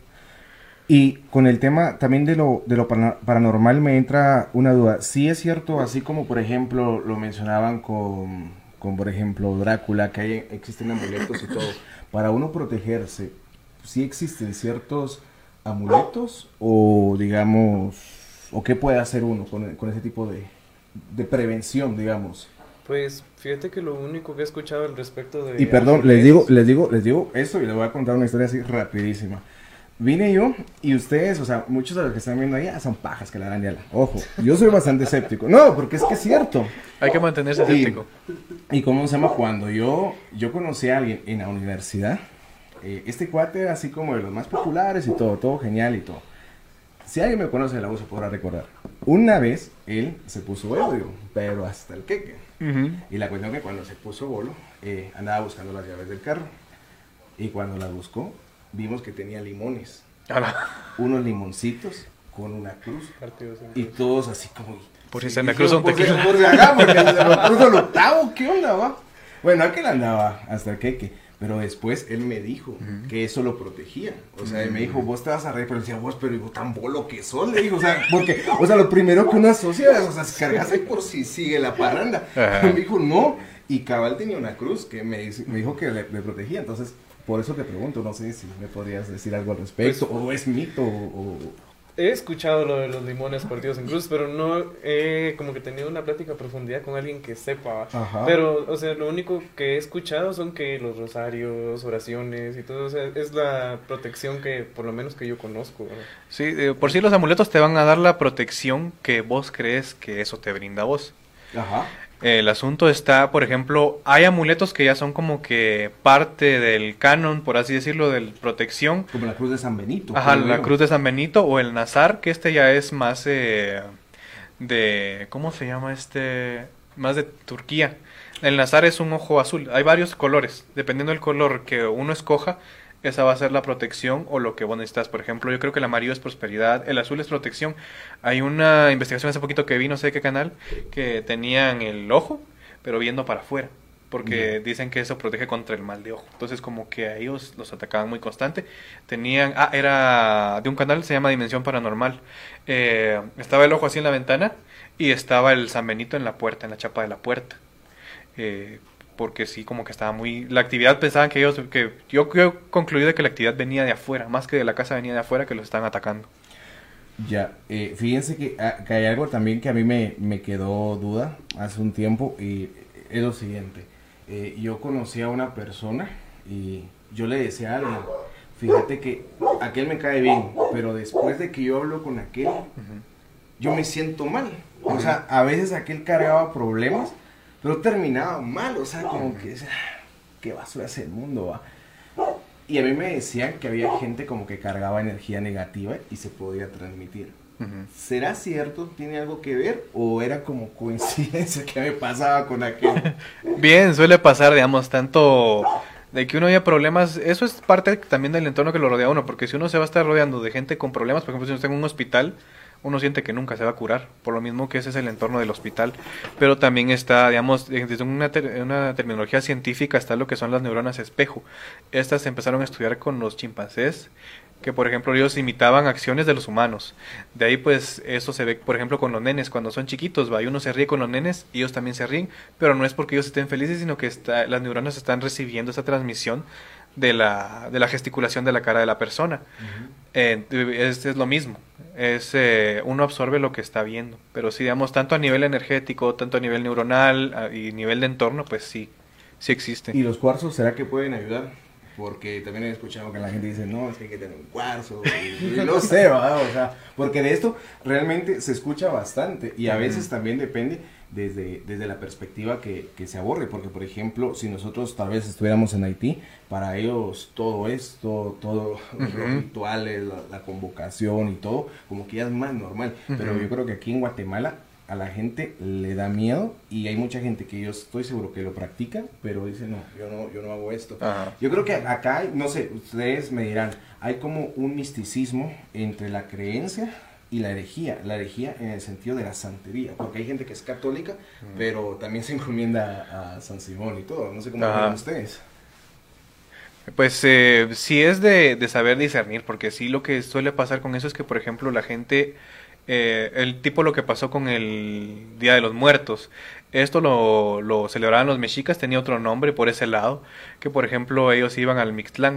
Y con el tema también de lo, de lo paranormal me entra una duda. Sí es cierto, así como por ejemplo lo mencionaban con, con por ejemplo Drácula, que hay, existen amuletos y todo. Para uno protegerse, ¿sí existen ciertos amuletos o digamos, o qué puede hacer uno con, con ese tipo de, de prevención, digamos. Pues fíjate que lo único que he escuchado al respecto de... Y perdón, les digo, les digo, les digo esto y les voy a contar una historia así rapidísima. Vine yo y ustedes, o sea, muchos de los que están viendo ahí ah, son pajas que la harán ya. Ojo, yo soy bastante escéptico. No, porque es que es cierto. Hay que mantenerse escéptico. Y, y cómo se llama, cuando yo, yo conocí a alguien en la universidad, eh, este cuate era así como de los más populares y todo, todo genial y todo. Si alguien me conoce de la voz se podrá recordar. Una vez él se puso ebrio, pero hasta el queque. Uh-huh. Y la cuestión que cuando se puso bolo, eh, andaba buscando las llaves del carro. Y cuando las buscó, vimos que tenía limones. Ala. Unos limoncitos con una cruz. Y todos así como... Por si se me cruza un por si- tequila. por si acá, porque se me puso el octavo, ¿qué onda, va? Bueno, aquel andaba hasta el queque. Pero después él me dijo uh-huh. que eso lo protegía. O sea, él me dijo, vos te vas a reír, pero decía, vos, pero digo, tan bolo que sos, le dijo, o sea, porque, o sea, lo primero que uno asocia es, o sea, se cargas ahí por si sigue la parranda. Uh-huh. Me dijo, no, y cabal tenía una cruz que me, dice, me dijo que le, le protegía, entonces, por eso te pregunto, no sé si me podrías decir algo al respecto, pues, o es mito, o... He escuchado lo de los limones partidos en cruz, pero no he como que tenido una plática a profundidad con alguien que sepa. Ajá. Pero, o sea, lo único que he escuchado son que los rosarios, oraciones y todo, o sea, es la protección que, por lo menos que yo conozco, ¿no? Sí, eh, por sí los amuletos te van a dar la protección que vos crees que eso te brinda a vos. Ajá. El asunto está, por ejemplo, hay amuletos que ya son como que parte del canon, por así decirlo, de protección. Como la cruz de San Benito. Ajá, la veo. cruz de San Benito o el Nazar, que este ya es más eh, de... ¿Cómo se llama este? Más de Turquía. El Nazar es un ojo azul. Hay varios colores. Dependiendo del color que uno escoja, esa va a ser la protección o lo que vos necesitas. Por ejemplo, yo creo que el amarillo es prosperidad, el azul es protección. Hay una investigación hace poquito que vi, no sé qué canal, que tenían el ojo, pero viendo para afuera, porque yeah. dicen que eso protege contra el mal de ojo. Entonces, como que a ellos los atacaban muy constante. Tenían, ah, era de un canal, se llama Dimensión Paranormal. Eh, estaba el ojo así en la ventana y estaba el San Benito en la puerta, en la chapa de la puerta. Eh... porque sí, como que estaba muy... La actividad pensaban que ellos... que Yo creo concluí de que la actividad venía de afuera, más que de la casa venía de afuera, que los estaban atacando. Ya, eh, fíjense que, que hay algo también que a mí me, me quedó duda hace un tiempo, y es lo siguiente. Eh, yo conocí a una persona y yo le decía a alguien, fíjate que aquel me cae bien, pero después de que yo hablo con aquel, uh-huh. yo me siento mal. O sea, a veces aquel cargaba problemas, pero terminaba mal, o sea, como que, qué basura es el mundo, va. Y a mí me decían que había gente como que cargaba energía negativa y se podía transmitir. Uh-huh. ¿Será cierto? ¿Tiene algo que ver? ¿O era como coincidencia que me pasaba con aquel? Bien, suele pasar, digamos, tanto de que uno haya problemas. Eso es parte también del entorno que lo rodea a uno, porque si uno se va a estar rodeando de gente con problemas, por ejemplo, si uno está en un hospital, uno siente que nunca se va a curar, por lo mismo que ese es el entorno del hospital. Pero también está, digamos, desde una, ter una terminología científica está lo que son las neuronas espejo. Estas se empezaron a estudiar con los chimpancés, que por ejemplo ellos imitaban acciones de los humanos. De ahí pues eso se ve, por ejemplo, con los nenes cuando son chiquitos, va, y uno se ríe con los nenes y ellos también se ríen, pero no es porque ellos estén felices, sino que está, las neuronas están recibiendo esa transmisión de la, de la gesticulación de la cara de la persona. Uh-huh. eh, es, es lo mismo, es eh, uno absorbe lo que está viendo, pero si digamos tanto a nivel energético, tanto a nivel neuronal a, y nivel de entorno, pues sí, sí existe. ¿Y los cuarzos será que pueden ayudar? Porque también he escuchado que la gente dice, no, es que hay que tener un cuarzo, y, y no sé, ¿verdad? O sea, porque de esto realmente se escucha bastante, y a veces uh-huh. también depende desde, desde la perspectiva que, que se aborde, porque por ejemplo, si nosotros tal vez estuviéramos en Haití, para ellos todo esto, todo uh-huh. los rituales, la, la convocación y todo, como que ya es más normal, uh-huh. pero yo creo que aquí en Guatemala a la gente le da miedo, y hay mucha gente que yo estoy seguro que lo practica, pero dice, no, yo no, yo no hago esto. Ajá. Yo creo que acá hay, no sé, ustedes me dirán, hay como un misticismo entre la creencia y la herejía, la herejía en el sentido de la santería, porque hay gente que es católica, uh-huh. pero también se encomienda a, a San Simón y todo, no sé cómo lo ven ustedes. Pues eh, sí es de, de saber discernir, porque sí lo que suele pasar con eso es que, por ejemplo, la gente... Eh, el tipo lo que pasó con el Día de los Muertos, esto lo, lo celebraban los mexicas, tenía otro nombre por ese lado, que por ejemplo ellos iban al Mixtlán,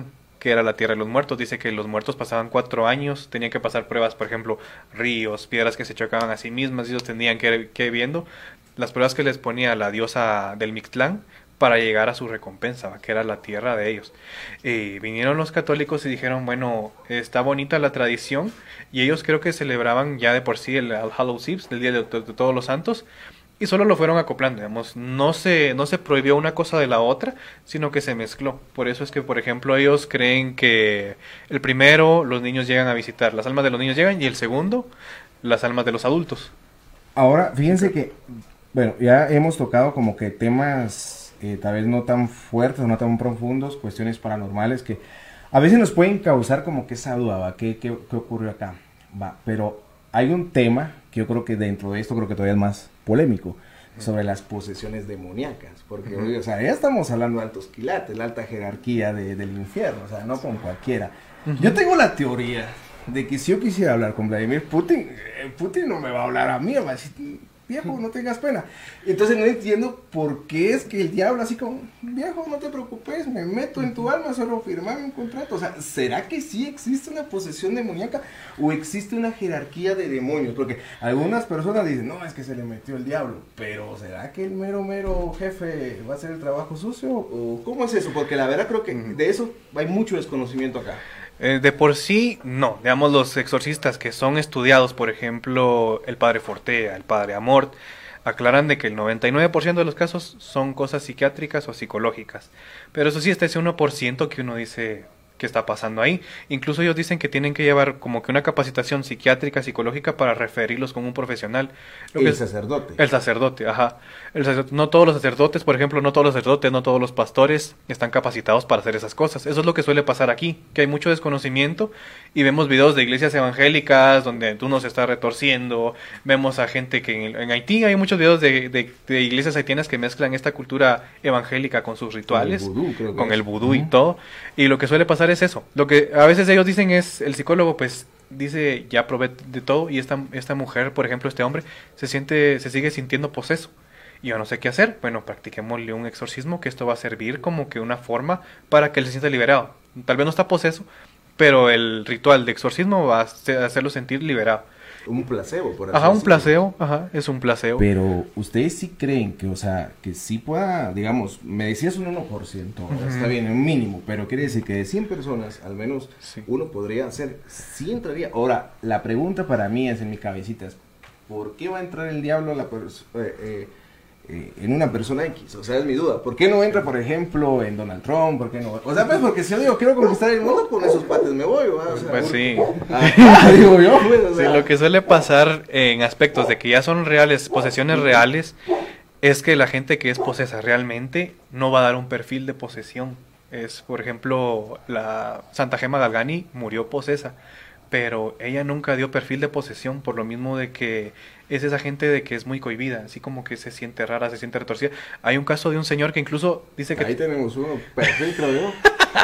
que era la tierra de los muertos. Dice que los muertos pasaban cuatro años, tenían que pasar pruebas, por ejemplo, ríos, piedras que se chocaban a sí mismas, y ellos tenían que, que ir viendo las pruebas que les ponía la diosa del Mictlán para llegar a su recompensa, ¿va? Que era la tierra de ellos. Y vinieron los católicos y dijeron, bueno, está bonita la tradición, y ellos creo que celebraban ya de por sí el All Hallows Eve, el Día de, de, de Todos los Santos, y solo lo fueron acoplando, digamos, no se, no se prohibió una cosa de la otra, sino que se mezcló. Por eso es que, por ejemplo, ellos creen que el primero los niños llegan a visitar, las almas de los niños llegan, y el segundo, las almas de los adultos. Ahora, fíjense que, bueno, ya hemos tocado como que temas eh, tal vez no tan fuertes, no tan profundos, cuestiones paranormales que a veces nos pueden causar como que esa duda, ¿va? ¿Qué, qué, qué ocurrió acá? Va, pero hay un tema que yo creo que dentro de esto creo que todavía es más polémico, sobre las posesiones demoníacas, porque uh-huh. o sea, ya estamos hablando de altos quilates, la alta jerarquía de, del infierno, o sea, no con cualquiera. Uh-huh. Yo tengo la teoría de que si yo quisiera hablar con Vladimir Putin, eh, Putin no me va a hablar a mí, va a decir, viejo, no tengas pena. Entonces no entiendo por qué es que el diablo así como, viejo, no te preocupes, me meto en tu alma, solo firmame un contrato. O sea, ¿será que sí existe una posesión demoníaca o existe una jerarquía de demonios? Porque algunas personas dicen, no, es que se le metió el diablo, pero ¿será que el mero, mero jefe va a hacer el trabajo sucio? ¿O cómo es eso? Porque la verdad creo que de eso hay mucho desconocimiento acá. Eh, de por sí, no. Digamos, los exorcistas que son estudiados, por ejemplo, el padre Fortea, el padre Amort, aclaran de que el noventa y nueve por ciento de los casos son cosas psiquiátricas o psicológicas. Pero eso sí, está ese uno por ciento que uno dice que está pasando ahí. Incluso ellos dicen que tienen que llevar como que una capacitación psiquiátrica, psicológica para referirlos con un profesional. Lo el que es, sacerdote. El sacerdote, ajá. El sacerdote, no todos los sacerdotes, por ejemplo, no todos los sacerdotes, no todos los pastores están capacitados para hacer esas cosas. Eso es lo que suele pasar aquí, que hay mucho desconocimiento y vemos videos de iglesias evangélicas donde uno se está retorciendo. Vemos a gente que en, en Haití hay muchos videos de, de, de iglesias haitianas que mezclan esta cultura evangélica con sus rituales, con el vudú, creo que con el vudú uh-huh. y todo. Y lo que suele pasar es eso. Lo que a veces ellos dicen es, el psicólogo pues dice, ya probé de todo, y esta, esta mujer, por ejemplo, este hombre, se siente, se sigue sintiendo poseso. Y yo no sé qué hacer. Bueno, practiquémosle un exorcismo, que esto va a servir como que una forma para que él se sienta liberado. Tal vez no está poseso, pero el ritual de exorcismo va a hacerlo sentir liberado. Un placebo, por así Ajá, un placebo, ajá, es un placebo. Pero ustedes sí creen que, o sea, que sí pueda, digamos, me decías un uno por ciento, uh-huh. está bien, un mínimo, pero quiere decir que de cien personas, al menos sí. uno podría hacer, sí entraría. Ahora, la pregunta para mí es en mi cabecita, es, ¿por qué va a entrar el diablo a la pers- eh, eh, eh, en una persona X? O sea, es mi duda. ¿Por qué no entra, por ejemplo, en Donald Trump? ¿Por qué no? O sea, pues porque si yo digo, quiero conquistar el mundo, con esos pates me voy, ¿verdad? O sea, pues sí. Ah, digo yo, pues, o sea. Sí, lo que suele pasar en aspectos de que ya son reales, posesiones reales, es que la gente que es posesa realmente no va a dar un perfil de posesión. Es, por ejemplo, la Santa Gema Galgani murió posesa, pero ella nunca dio perfil de posesión, por lo mismo de que es esa gente de que es muy cohibida, así como que se siente rara, se siente retorcida. Hay un caso de un señor que incluso dice que... Ahí tenemos uno, perfil, creo yo.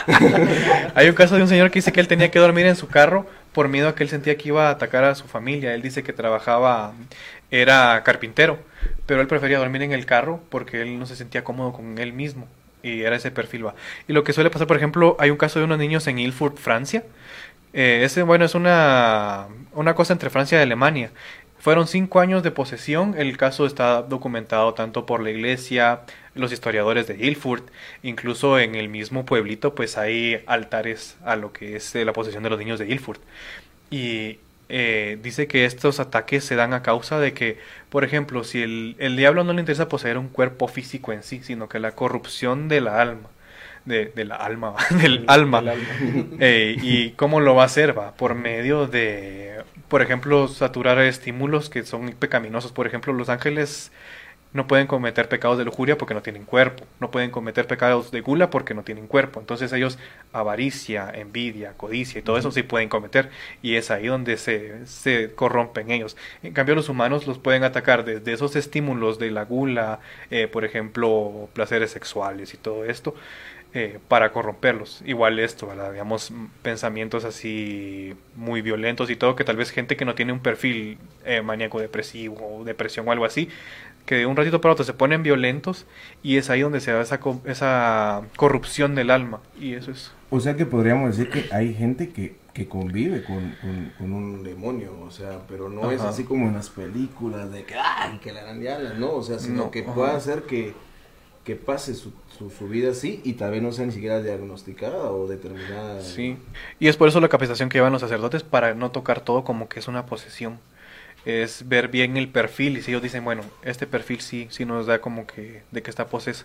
Hay un caso de un señor que dice que él tenía que dormir en su carro por miedo a que él sentía que iba a atacar a su familia. Él dice que trabajaba, era carpintero, pero él prefería dormir en el carro porque él no se sentía cómodo con él mismo. Y era ese perfil, va. Y lo que suele pasar, por ejemplo, hay un caso de unos niños en Ilfurt, Francia. Eh, ese, bueno, es una, una cosa entre Francia y Alemania. Fueron cinco años de posesión. El caso está documentado tanto por la iglesia, los historiadores de Ilfurt, incluso en el mismo pueblito, pues hay altares a lo que es eh, la posesión de los niños de Ilfurt. Y eh, dice que estos ataques se dan a causa de que, por ejemplo, si el, el diablo no le interesa poseer un cuerpo físico en sí, sino que la corrupción de la alma. De, de la alma, del alma. alma. Eh, ¿Y cómo lo va a hacer? Va por medio de, por ejemplo, saturar estímulos que son pecaminosos. Por ejemplo, los ángeles no pueden cometer pecados de lujuria porque no tienen cuerpo. No pueden cometer pecados de gula porque no tienen cuerpo. Entonces ellos, avaricia, envidia, codicia y todo eso sí pueden cometer. Y es ahí donde se, se corrompen ellos. En cambio, los humanos los pueden atacar desde esos estímulos de la gula, eh, por ejemplo, placeres sexuales y todo esto. Eh, para corromperlos. Igual esto, ¿verdad? Digamos, pensamientos así muy violentos y todo, que tal vez gente que no tiene un perfil eh, maníaco depresivo o depresión o algo así, que de un ratito para otro se ponen violentos y es ahí donde se da esa, co- esa corrupción del alma. Y eso es... O sea que podríamos decir que hay gente que, que convive con, con, con un demonio, o sea, pero no es Ajá. así como en las películas de que, ay, que la randiala, no, o sea, sino No, que ajá. pueda hacer que, que pase su, su, su vida así y tal vez no sea ni siquiera diagnosticada o determinada. Sí, y es por eso la capacitación que llevan los sacerdotes para no tocar todo como que es una posesión. Es ver bien el perfil y si ellos dicen, bueno, este perfil sí, sí nos da como que de que está posesa.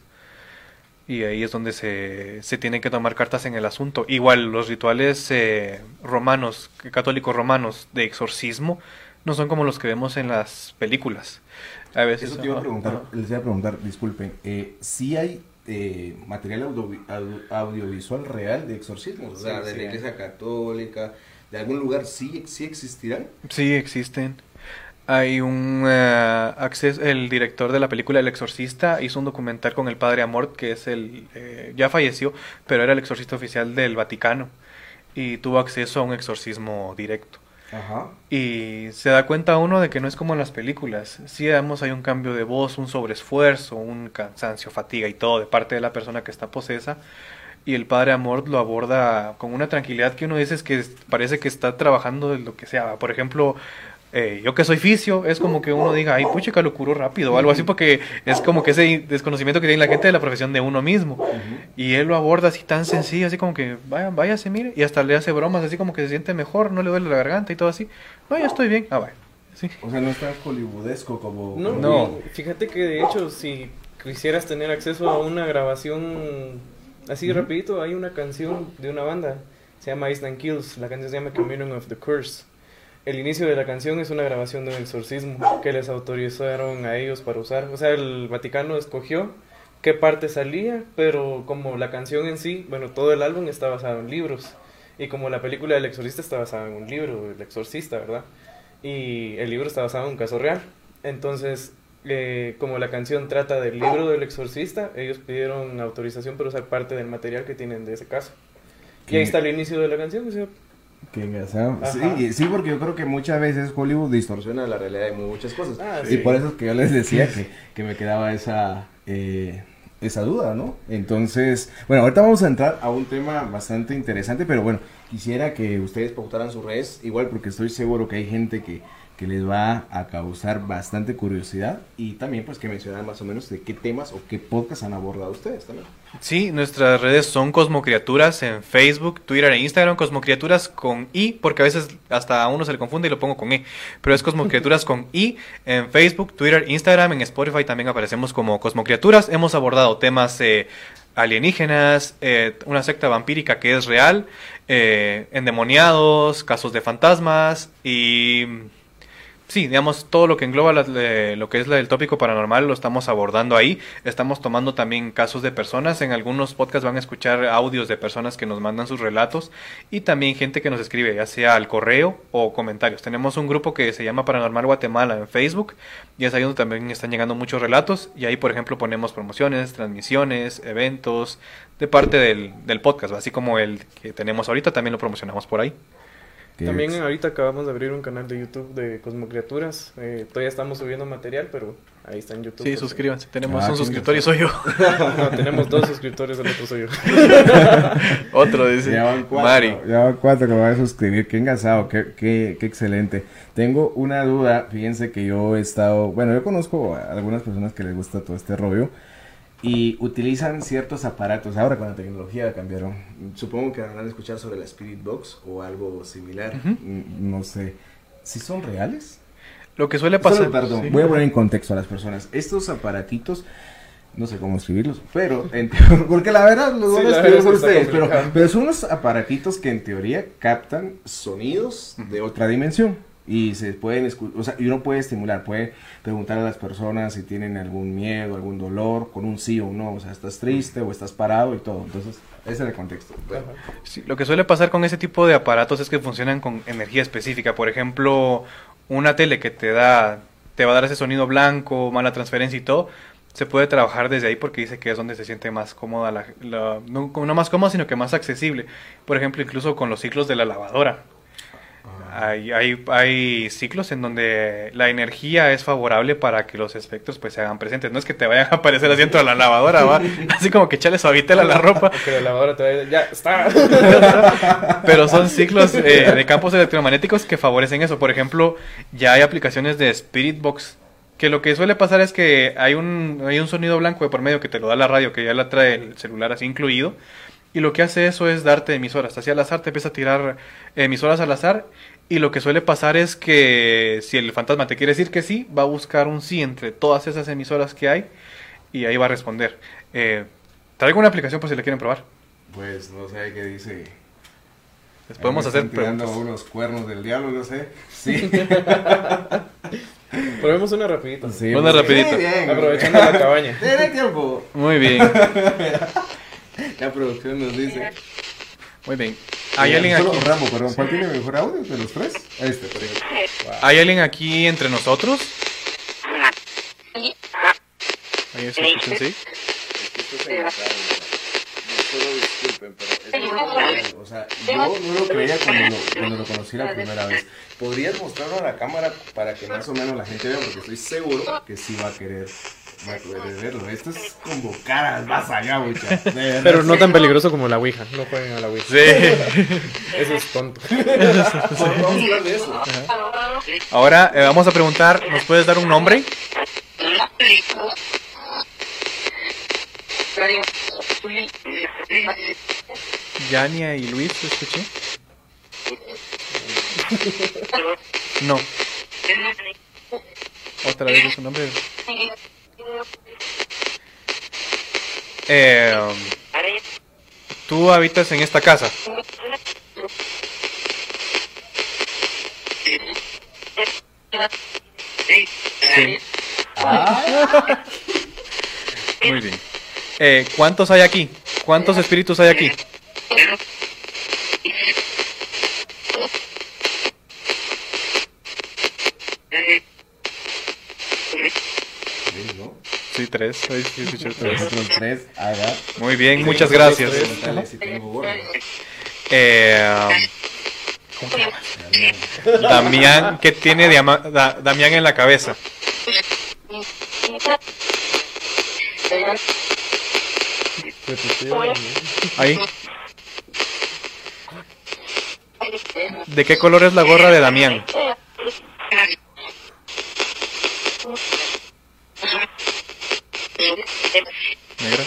Y ahí es donde se, se tienen que tomar cartas en el asunto. Igual los rituales eh, romanos, católicos romanos de exorcismo no son como los que vemos en las películas. A veces, Eso te iba a ajá, preguntar, ajá. les iba a preguntar, disculpen, eh, ¿sí hay eh, material audio- audio- audiovisual real de exorcismos? O sea, Sí, de sí la hay. iglesia católica, de algún lugar, ¿sí, sí existirán? Sí, existen. Hay un eh, acceso, el director de la película El Exorcista hizo un documental con el padre Amort, que es el, eh, ya falleció, pero era el exorcista oficial del Vaticano y tuvo acceso a un exorcismo directo. Ajá. Y se da cuenta uno de que no es como en las películas. Sí, digamos, hay un cambio de voz, un sobreesfuerzo, un cansancio, fatiga y todo de parte de la persona que está posesa. Y el padre Amort lo aborda con una tranquilidad que uno dice es que es- parece que está trabajando de lo que sea. Por ejemplo, eh, yo que soy fisio, es como que uno diga, ay, pucha, lo curó rápido o algo así, porque es como que ese desconocimiento que tiene la gente de la profesión de uno mismo. Y él lo aborda así tan sencillo, así como que, vaya, váyase, mire, y hasta le hace bromas, así como que se siente mejor, no le duele la garganta y todo así. No, ya estoy bien, ah, vaya. Sí. O sea, no es tan hollywoodesco como... No, No. y fíjate que de hecho si quisieras tener acceso a una grabación así rapidito, hay una canción de una banda, se llama Island Kills, la canción se llama Communion of the Curse. El inicio de la canción es una grabación de un exorcismo que les autorizaron a ellos para usar. O sea, el Vaticano escogió qué parte salía, pero como la canción en sí, bueno, todo el álbum está basado en libros. Y como la película del exorcista está basada en un libro, El Exorcista, ¿verdad? Y el libro está basado en un caso real. Entonces, eh, como la canción trata del libro del exorcista, ellos pidieron autorización para usar parte del material que tienen de ese caso. Y ¿Qué? ahí está el inicio de la canción. O sea, Qué engasado. Ajá. Sí, sí, porque yo creo que muchas veces Hollywood distorsiona la realidad de muchas cosas. Ah, Y sí. por eso es que yo les decía que, que me quedaba esa, eh, esa duda, ¿no? Entonces, bueno, ahorita vamos a entrar a un tema bastante interesante, pero bueno, quisiera que ustedes pautaran sus redes, igual porque estoy seguro que hay gente que, que les va a causar bastante curiosidad y también pues que mencionar más o menos de qué temas o qué podcast han abordado ustedes también. Sí, nuestras redes son Cosmocriaturas en Facebook, Twitter e Instagram. Cosmocriaturas con I, porque a veces hasta a uno se le confunde y lo pongo con E. Pero es Cosmocriaturas con I en Facebook, Twitter, Instagram. En Spotify también aparecemos como Cosmocriaturas. Hemos abordado temas eh, alienígenas, eh, una secta vampírica que es real, eh, endemoniados, casos de fantasmas y... Sí, digamos, todo lo que engloba la- le- lo que es la- el tópico paranormal lo estamos abordando ahí. Estamos tomando también casos de personas. En algunos podcasts van a escuchar audios de personas que nos mandan sus relatos y también gente que nos escribe, ya sea al correo o comentarios. Tenemos un grupo que se llama Paranormal Guatemala en Facebook y es ahí donde también están llegando muchos relatos. Y ahí, por ejemplo, ponemos promociones, transmisiones, eventos de parte del, del podcast, así como el que tenemos ahorita, también lo promocionamos por ahí. Que- También ahorita acabamos de abrir un canal de YouTube de Cosmocriaturas. Eh, todavía estamos subiendo material, pero ahí está en YouTube. Sí, por si- suscríbanse. Tenemos Ah, un sí, suscriptor y soy yo. No, tenemos dos suscriptores, el otro soy yo. Otro dice Ya van cuatro, Mari. ya van cuatro que me van a suscribir, qué engasado, qué, qué, qué excelente. Tengo una duda, fíjense que yo he estado, bueno, yo conozco a algunas personas que les gusta todo este rollo y utilizan ciertos aparatos, ahora con la tecnología cambiaron, supongo que van a escuchar sobre la Spirit Box o algo similar, Ujú. n- no sé, ¿si son reales? Lo que suele Solo, pasar. perdón, sí. voy a poner en contexto a las personas, estos aparatitos, no sé cómo escribirlos, pero, en- porque la verdad los Sí, voy a la escribir verdad por es que está ustedes, pero, complicado. pero son unos aparatitos que en teoría captan sonidos de otra dimensión y se pueden escuchar, o sea, y uno puede estimular, puede preguntar a las personas si tienen algún miedo, algún dolor, con un sí o un no, o sea, estás triste o estás parado y todo, entonces ese es el contexto. Bueno, Sí, lo que suele pasar con ese tipo de aparatos es que funcionan con energía específica. Por ejemplo, una tele que te da, te va a dar ese sonido blanco, mala transferencia y todo, se puede trabajar desde ahí porque dice que es donde se siente más cómoda, la, la- no, no más cómoda, sino que más accesible. Por ejemplo, incluso con los ciclos de la lavadora. Hay, hay, hay ciclos en donde la energía es favorable para que los espectros pues se hagan presentes. No es que te vayan a aparecer así dentro de la lavadora, ¿va? Así como que echale suavitel a la ropa. Que la lavadora te vaya, ya está. Pero son ciclos eh, de campos electromagnéticos que favorecen eso. Por ejemplo, ya hay aplicaciones de Spirit Box, que lo que suele pasar es que hay un, hay un sonido blanco de por medio que te lo da la radio, que ya la trae el celular así incluido. Y lo que hace eso es darte emisoras. Así al azar te empieza a tirar emisoras al azar. Y lo que suele pasar es que si el fantasma te quiere decir que sí, va a buscar un sí entre todas esas emisoras que hay. Y ahí va a responder. Eh, traigo una aplicación por si la quieren probar. Pues no sé qué dice. Les podemos hacer tirando preguntas. unos cuernos del diablo, no sé. Sí. Probemos una rapidito. Sí, Una pues, rapidito. muy bien. Aprovechando la cabaña. Tiene tiempo. Muy bien. La producción nos dice. Muy bien. Hay Eh, alguien solo aquí. Rambo, perdón. ¿Cuál tiene mejor audio de los tres? Este, por ejemplo. ¿Hay alguien aquí entre nosotros? Ahí se escuchan, sí. Disculpen, pero o sea, yo no lo creía cuando lo, cuando lo conocí la primera vez. ¿Podrías mostrarlo a la cámara para que más o menos la gente vea? Porque estoy seguro que sí va a querer, va a querer verlo. Esto es convocar al más allá, mucha. Pero no tan peligroso como la Ouija. No jueguen a la Ouija. Sí. Eso es tonto. Vamos a hablar de eso. Ahora eh, vamos a preguntar, ¿nos puedes dar un nombre? Yania y Luis, ¿te escuché? No. Otra vez es su nombre. Eh, ¿Tú habitas en esta casa? Sí. Muy bien. Eh, ¿Cuántos hay aquí? ¿Cuántos espíritus hay aquí? ¿No? Sí, tres. Ay, sí, escuché tres. Nosotros tres, haga. Muy bien, muchas gracias. Pregúntale si tengo gorro. Eh, ¿Cómo te llamas? Damián, ¿qué tiene Diama- Da- Damián en la cabeza? Ahí. ¿De qué color es la gorra de Damián? ¿Negra?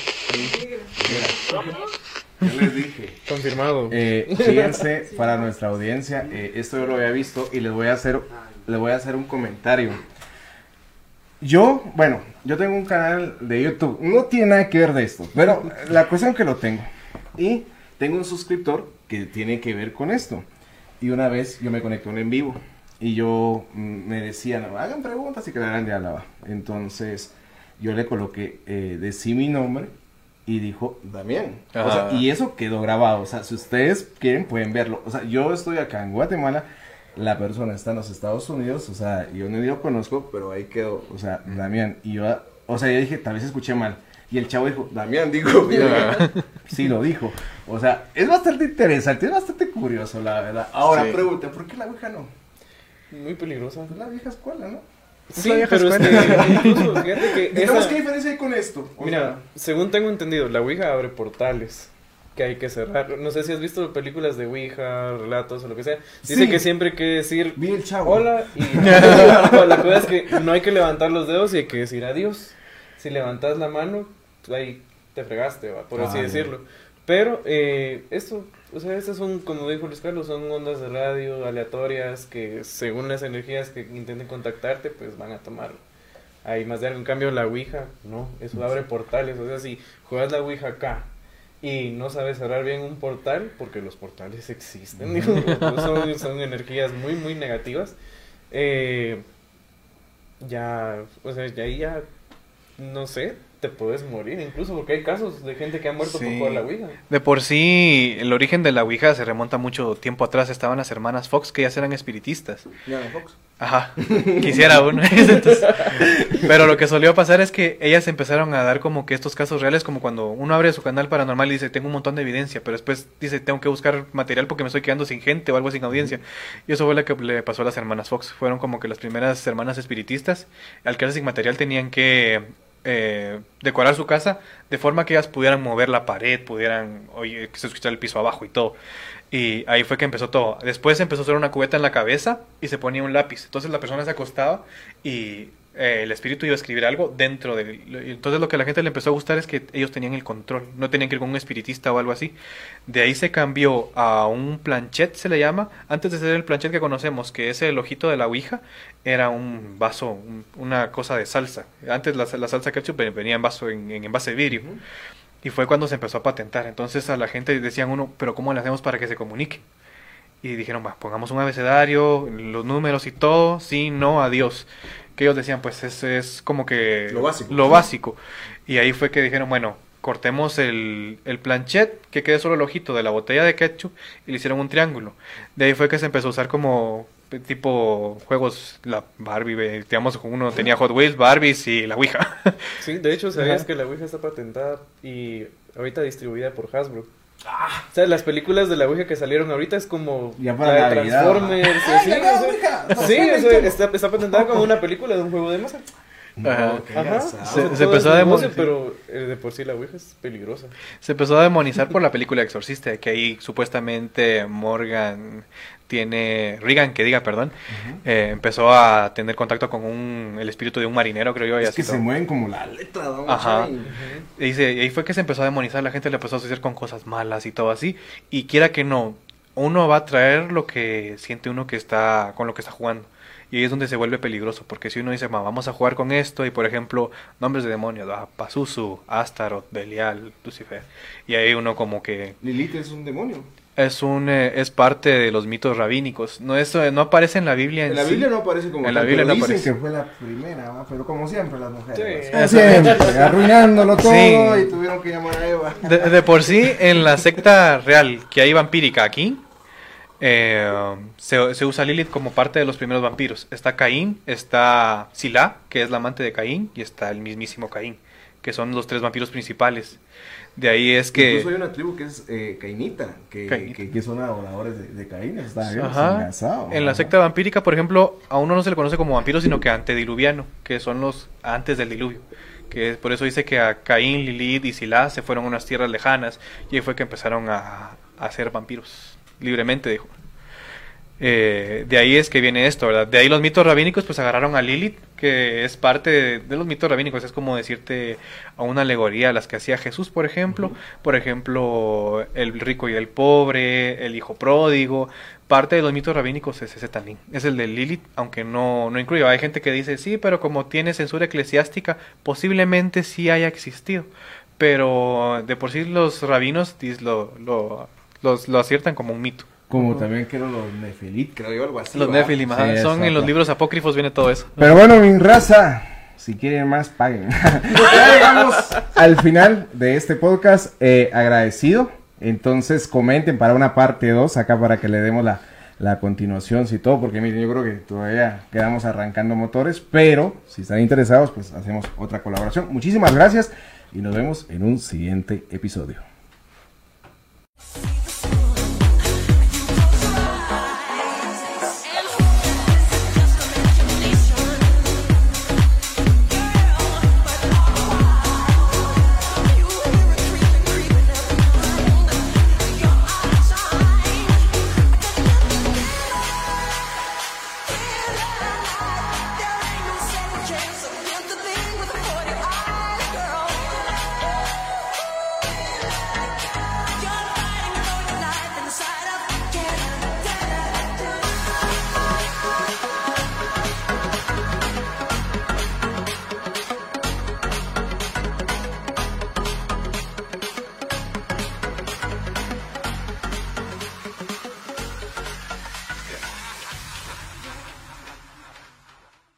Yo les dije. Confirmado. Eh, fíjense, para nuestra audiencia, eh, esto yo lo había visto y les voy a hacer, les voy a hacer un comentario. Yo, bueno, yo tengo un canal de YouTube, no tiene nada que ver de esto, pero la cuestión es que lo tengo. Y tengo un suscriptor que tiene que ver con esto. Y una vez yo me conecté a un en vivo y yo mm, me decían, hagan preguntas y que la grande hablaba. Entonces yo le coloqué, eh, decí mi nombre y dijo Damián. O sea, Ah. y eso quedó grabado. O sea, si ustedes quieren pueden verlo. O sea, yo estoy acá en Guatemala, la persona está en los Estados Unidos. O sea, yo no lo conozco, pero ahí quedó. O sea, Damián. Y yo, o sea, yo dije, tal vez escuché mal. Y el chavo dijo, Damián, dijo. Y yo, sí, lo dijo. O sea, es bastante interesante, es bastante curioso, la verdad. Ahora, Sí. pregunta, ¿por qué la vieja no? Muy peligrosa. Es la vieja escuela, ¿no? Sí, la vieja pero es escuela. que incluso, fíjate que Digamos, esa- ¿qué diferencia hay con esto? O Mira, sea, según tengo entendido, la Ouija abre portales que hay que cerrar. No sé si has visto películas de Ouija, relatos o lo que sea. Dice Sí. que siempre hay que decir vi el chavo. hola y la cosa es que no hay que levantar los dedos y hay que decir adiós. Si levantas la mano, ahí te fregaste, va, por así Ah, decirlo. Pero eh, esto, o sea, estas son, como dijo Luis Carlos, son ondas de radio aleatorias que según las energías que intenten contactarte, pues van a tomar ahí más de algo. En cambio, la Ouija, no, eso abre portales. O sea, si juegas la Ouija acá y no sabes cerrar bien un portal, porque los portales existen, digo, son, son energías muy, muy negativas, eh, ya, o sea, ya ahí ya, no sé, te puedes morir incluso, porque hay casos de gente que ha muerto por Sí. jugar la Ouija. De por sí, el origen de la Ouija se remonta mucho tiempo atrás. Estaban las hermanas Fox, que ellas eran espiritistas. Diana Fox. Ajá, quisiera uno. Entonces, pero lo que solía pasar es que ellas empezaron a dar como que estos casos reales, como cuando uno abre su canal paranormal y dice, tengo un montón de evidencia, pero después dice, tengo que buscar material porque me estoy quedando sin gente o algo sin audiencia. Y eso fue lo que le pasó a las hermanas Fox. Fueron como que las primeras hermanas espiritistas. Al quedarse sin material tenían que eh, decorar su casa de forma que ellas pudieran mover la pared, pudieran oye, que se escuchara el piso abajo y todo. Y ahí fue que empezó todo. Después empezó a hacer una cubeta en la cabeza y se ponía un lápiz. Entonces la persona se acostaba y eh, el espíritu iba a escribir algo dentro de él. Entonces lo que a la gente le empezó a gustar es que ellos tenían el control. No tenían que ir con un espiritista o algo así. De ahí se cambió a un planchet, se le llama. Antes de ser el planchet que conocemos, que es el ojito de la ouija, era un vaso, un, una cosa de salsa. Antes la, la salsa ketchup venía en vaso, en, en envase de vidrio. Uh-huh. Y fue cuando se empezó a patentar. Entonces a la gente decían uno, pero ¿cómo le hacemos para que se comunique? Y dijeron, va, pongamos un abecedario, los números y todo, sí, no, adiós. Que ellos decían, pues eso es como que lo básico. Lo básico. Y ahí fue que dijeron, bueno, cortemos el, el planchet, que quede solo el ojito de la botella de ketchup, y le hicieron un triángulo. De ahí fue que se empezó a usar como tipo juegos, la Barbie, digamos, uno tenía Hot Wheels, Barbies y la Ouija. Sí, de hecho, ¿sabías Ajá. que la Ouija está patentada y ahorita distribuida por Hasbro? Ah. O sea, las películas de la Ouija que salieron ahorita es como ya para la de Transformers y así. Sí, o sea, está, está patentada como una película de un juego de mesa. Ajá. Ajá. Se, se empezó a demonizar, pero eh, de por sí la Ouija es peligrosa. Se empezó a demonizar por la película Exorcista, que ahí supuestamente Morgan tiene, Regan, que diga, perdón, uh-huh. eh, empezó a tener contacto con un, el espíritu de un marinero, creo yo. Y es así que todo. Se mueven como la letra, ¿no? Ajá. Y... Uh-huh. Y, se, y ahí fue que se empezó a demonizar, la gente le empezó a asociar con cosas malas y todo así, y quiera que no, uno va a traer lo que siente uno que está, con lo que está jugando. Y ahí es donde se vuelve peligroso, porque si uno dice, vamos a jugar con esto, y por ejemplo, nombres de demonios, ah, Pazuzu, Astaroth, Belial, Lucifer, y ahí uno como que... Lilith es un demonio. Es un eh, es parte de los mitos rabínicos. No es, no aparece en la Biblia en, en la sí. Biblia no aparece como en la tal, Biblia pero no dicen aparece. que fue la primera, ¿va? Pero como siempre las mujeres. Sí. Siempre, arruinándolo todo Sí. y tuvieron que llamar a Eva. De, de por sí, en la secta real que hay vampírica aquí, eh, se, se usa Lilith como parte de los primeros vampiros. Está Caín, está Sila, que es la amante de Caín, y está el mismísimo Caín, que son los tres vampiros principales. De ahí es que... Incluso hay una tribu que es eh, Cainita, que, Cainita. Que, que son adoradores de, de Caín. Está bien, Ajá. En la secta vampírica, por ejemplo, a uno no se le conoce como vampiro, sino que antediluviano, que son los antes del diluvio. Que por eso dice que a Caín, Lilith y Sila se fueron a unas tierras lejanas, y ahí fue que empezaron a, a ser vampiros, libremente, dijo. Eh, de ahí es que viene esto, ¿verdad? De ahí los mitos rabínicos pues agarraron a Lilith, que es parte de, de los mitos rabínicos, es como decirte a una alegoría a las que hacía Jesús, por ejemplo. Uh-huh. Por ejemplo, el rico y el pobre, el hijo pródigo. Parte de los mitos rabínicos es ese también, es el de Lilith, aunque no, no incluye. Hay gente que dice, sí, pero como tiene censura eclesiástica, posiblemente sí haya existido. Pero de por sí los rabinos lo, lo, los, lo aciertan como un mito. Como uh-huh. también creo los Nefilit, creo yo, algo así. Los Nefilim, sí, son exacto. En los libros apócrifos viene todo eso. Pero bueno, mi raza, si quieren más, paguen. Ya llegamos al final de este podcast, eh, agradecido. Entonces comenten para una parte dos, acá para que le demos la, la continuación, si todo, porque miren, yo creo que todavía quedamos arrancando motores, pero si están interesados, pues hacemos otra colaboración. Muchísimas gracias y nos vemos en un siguiente episodio.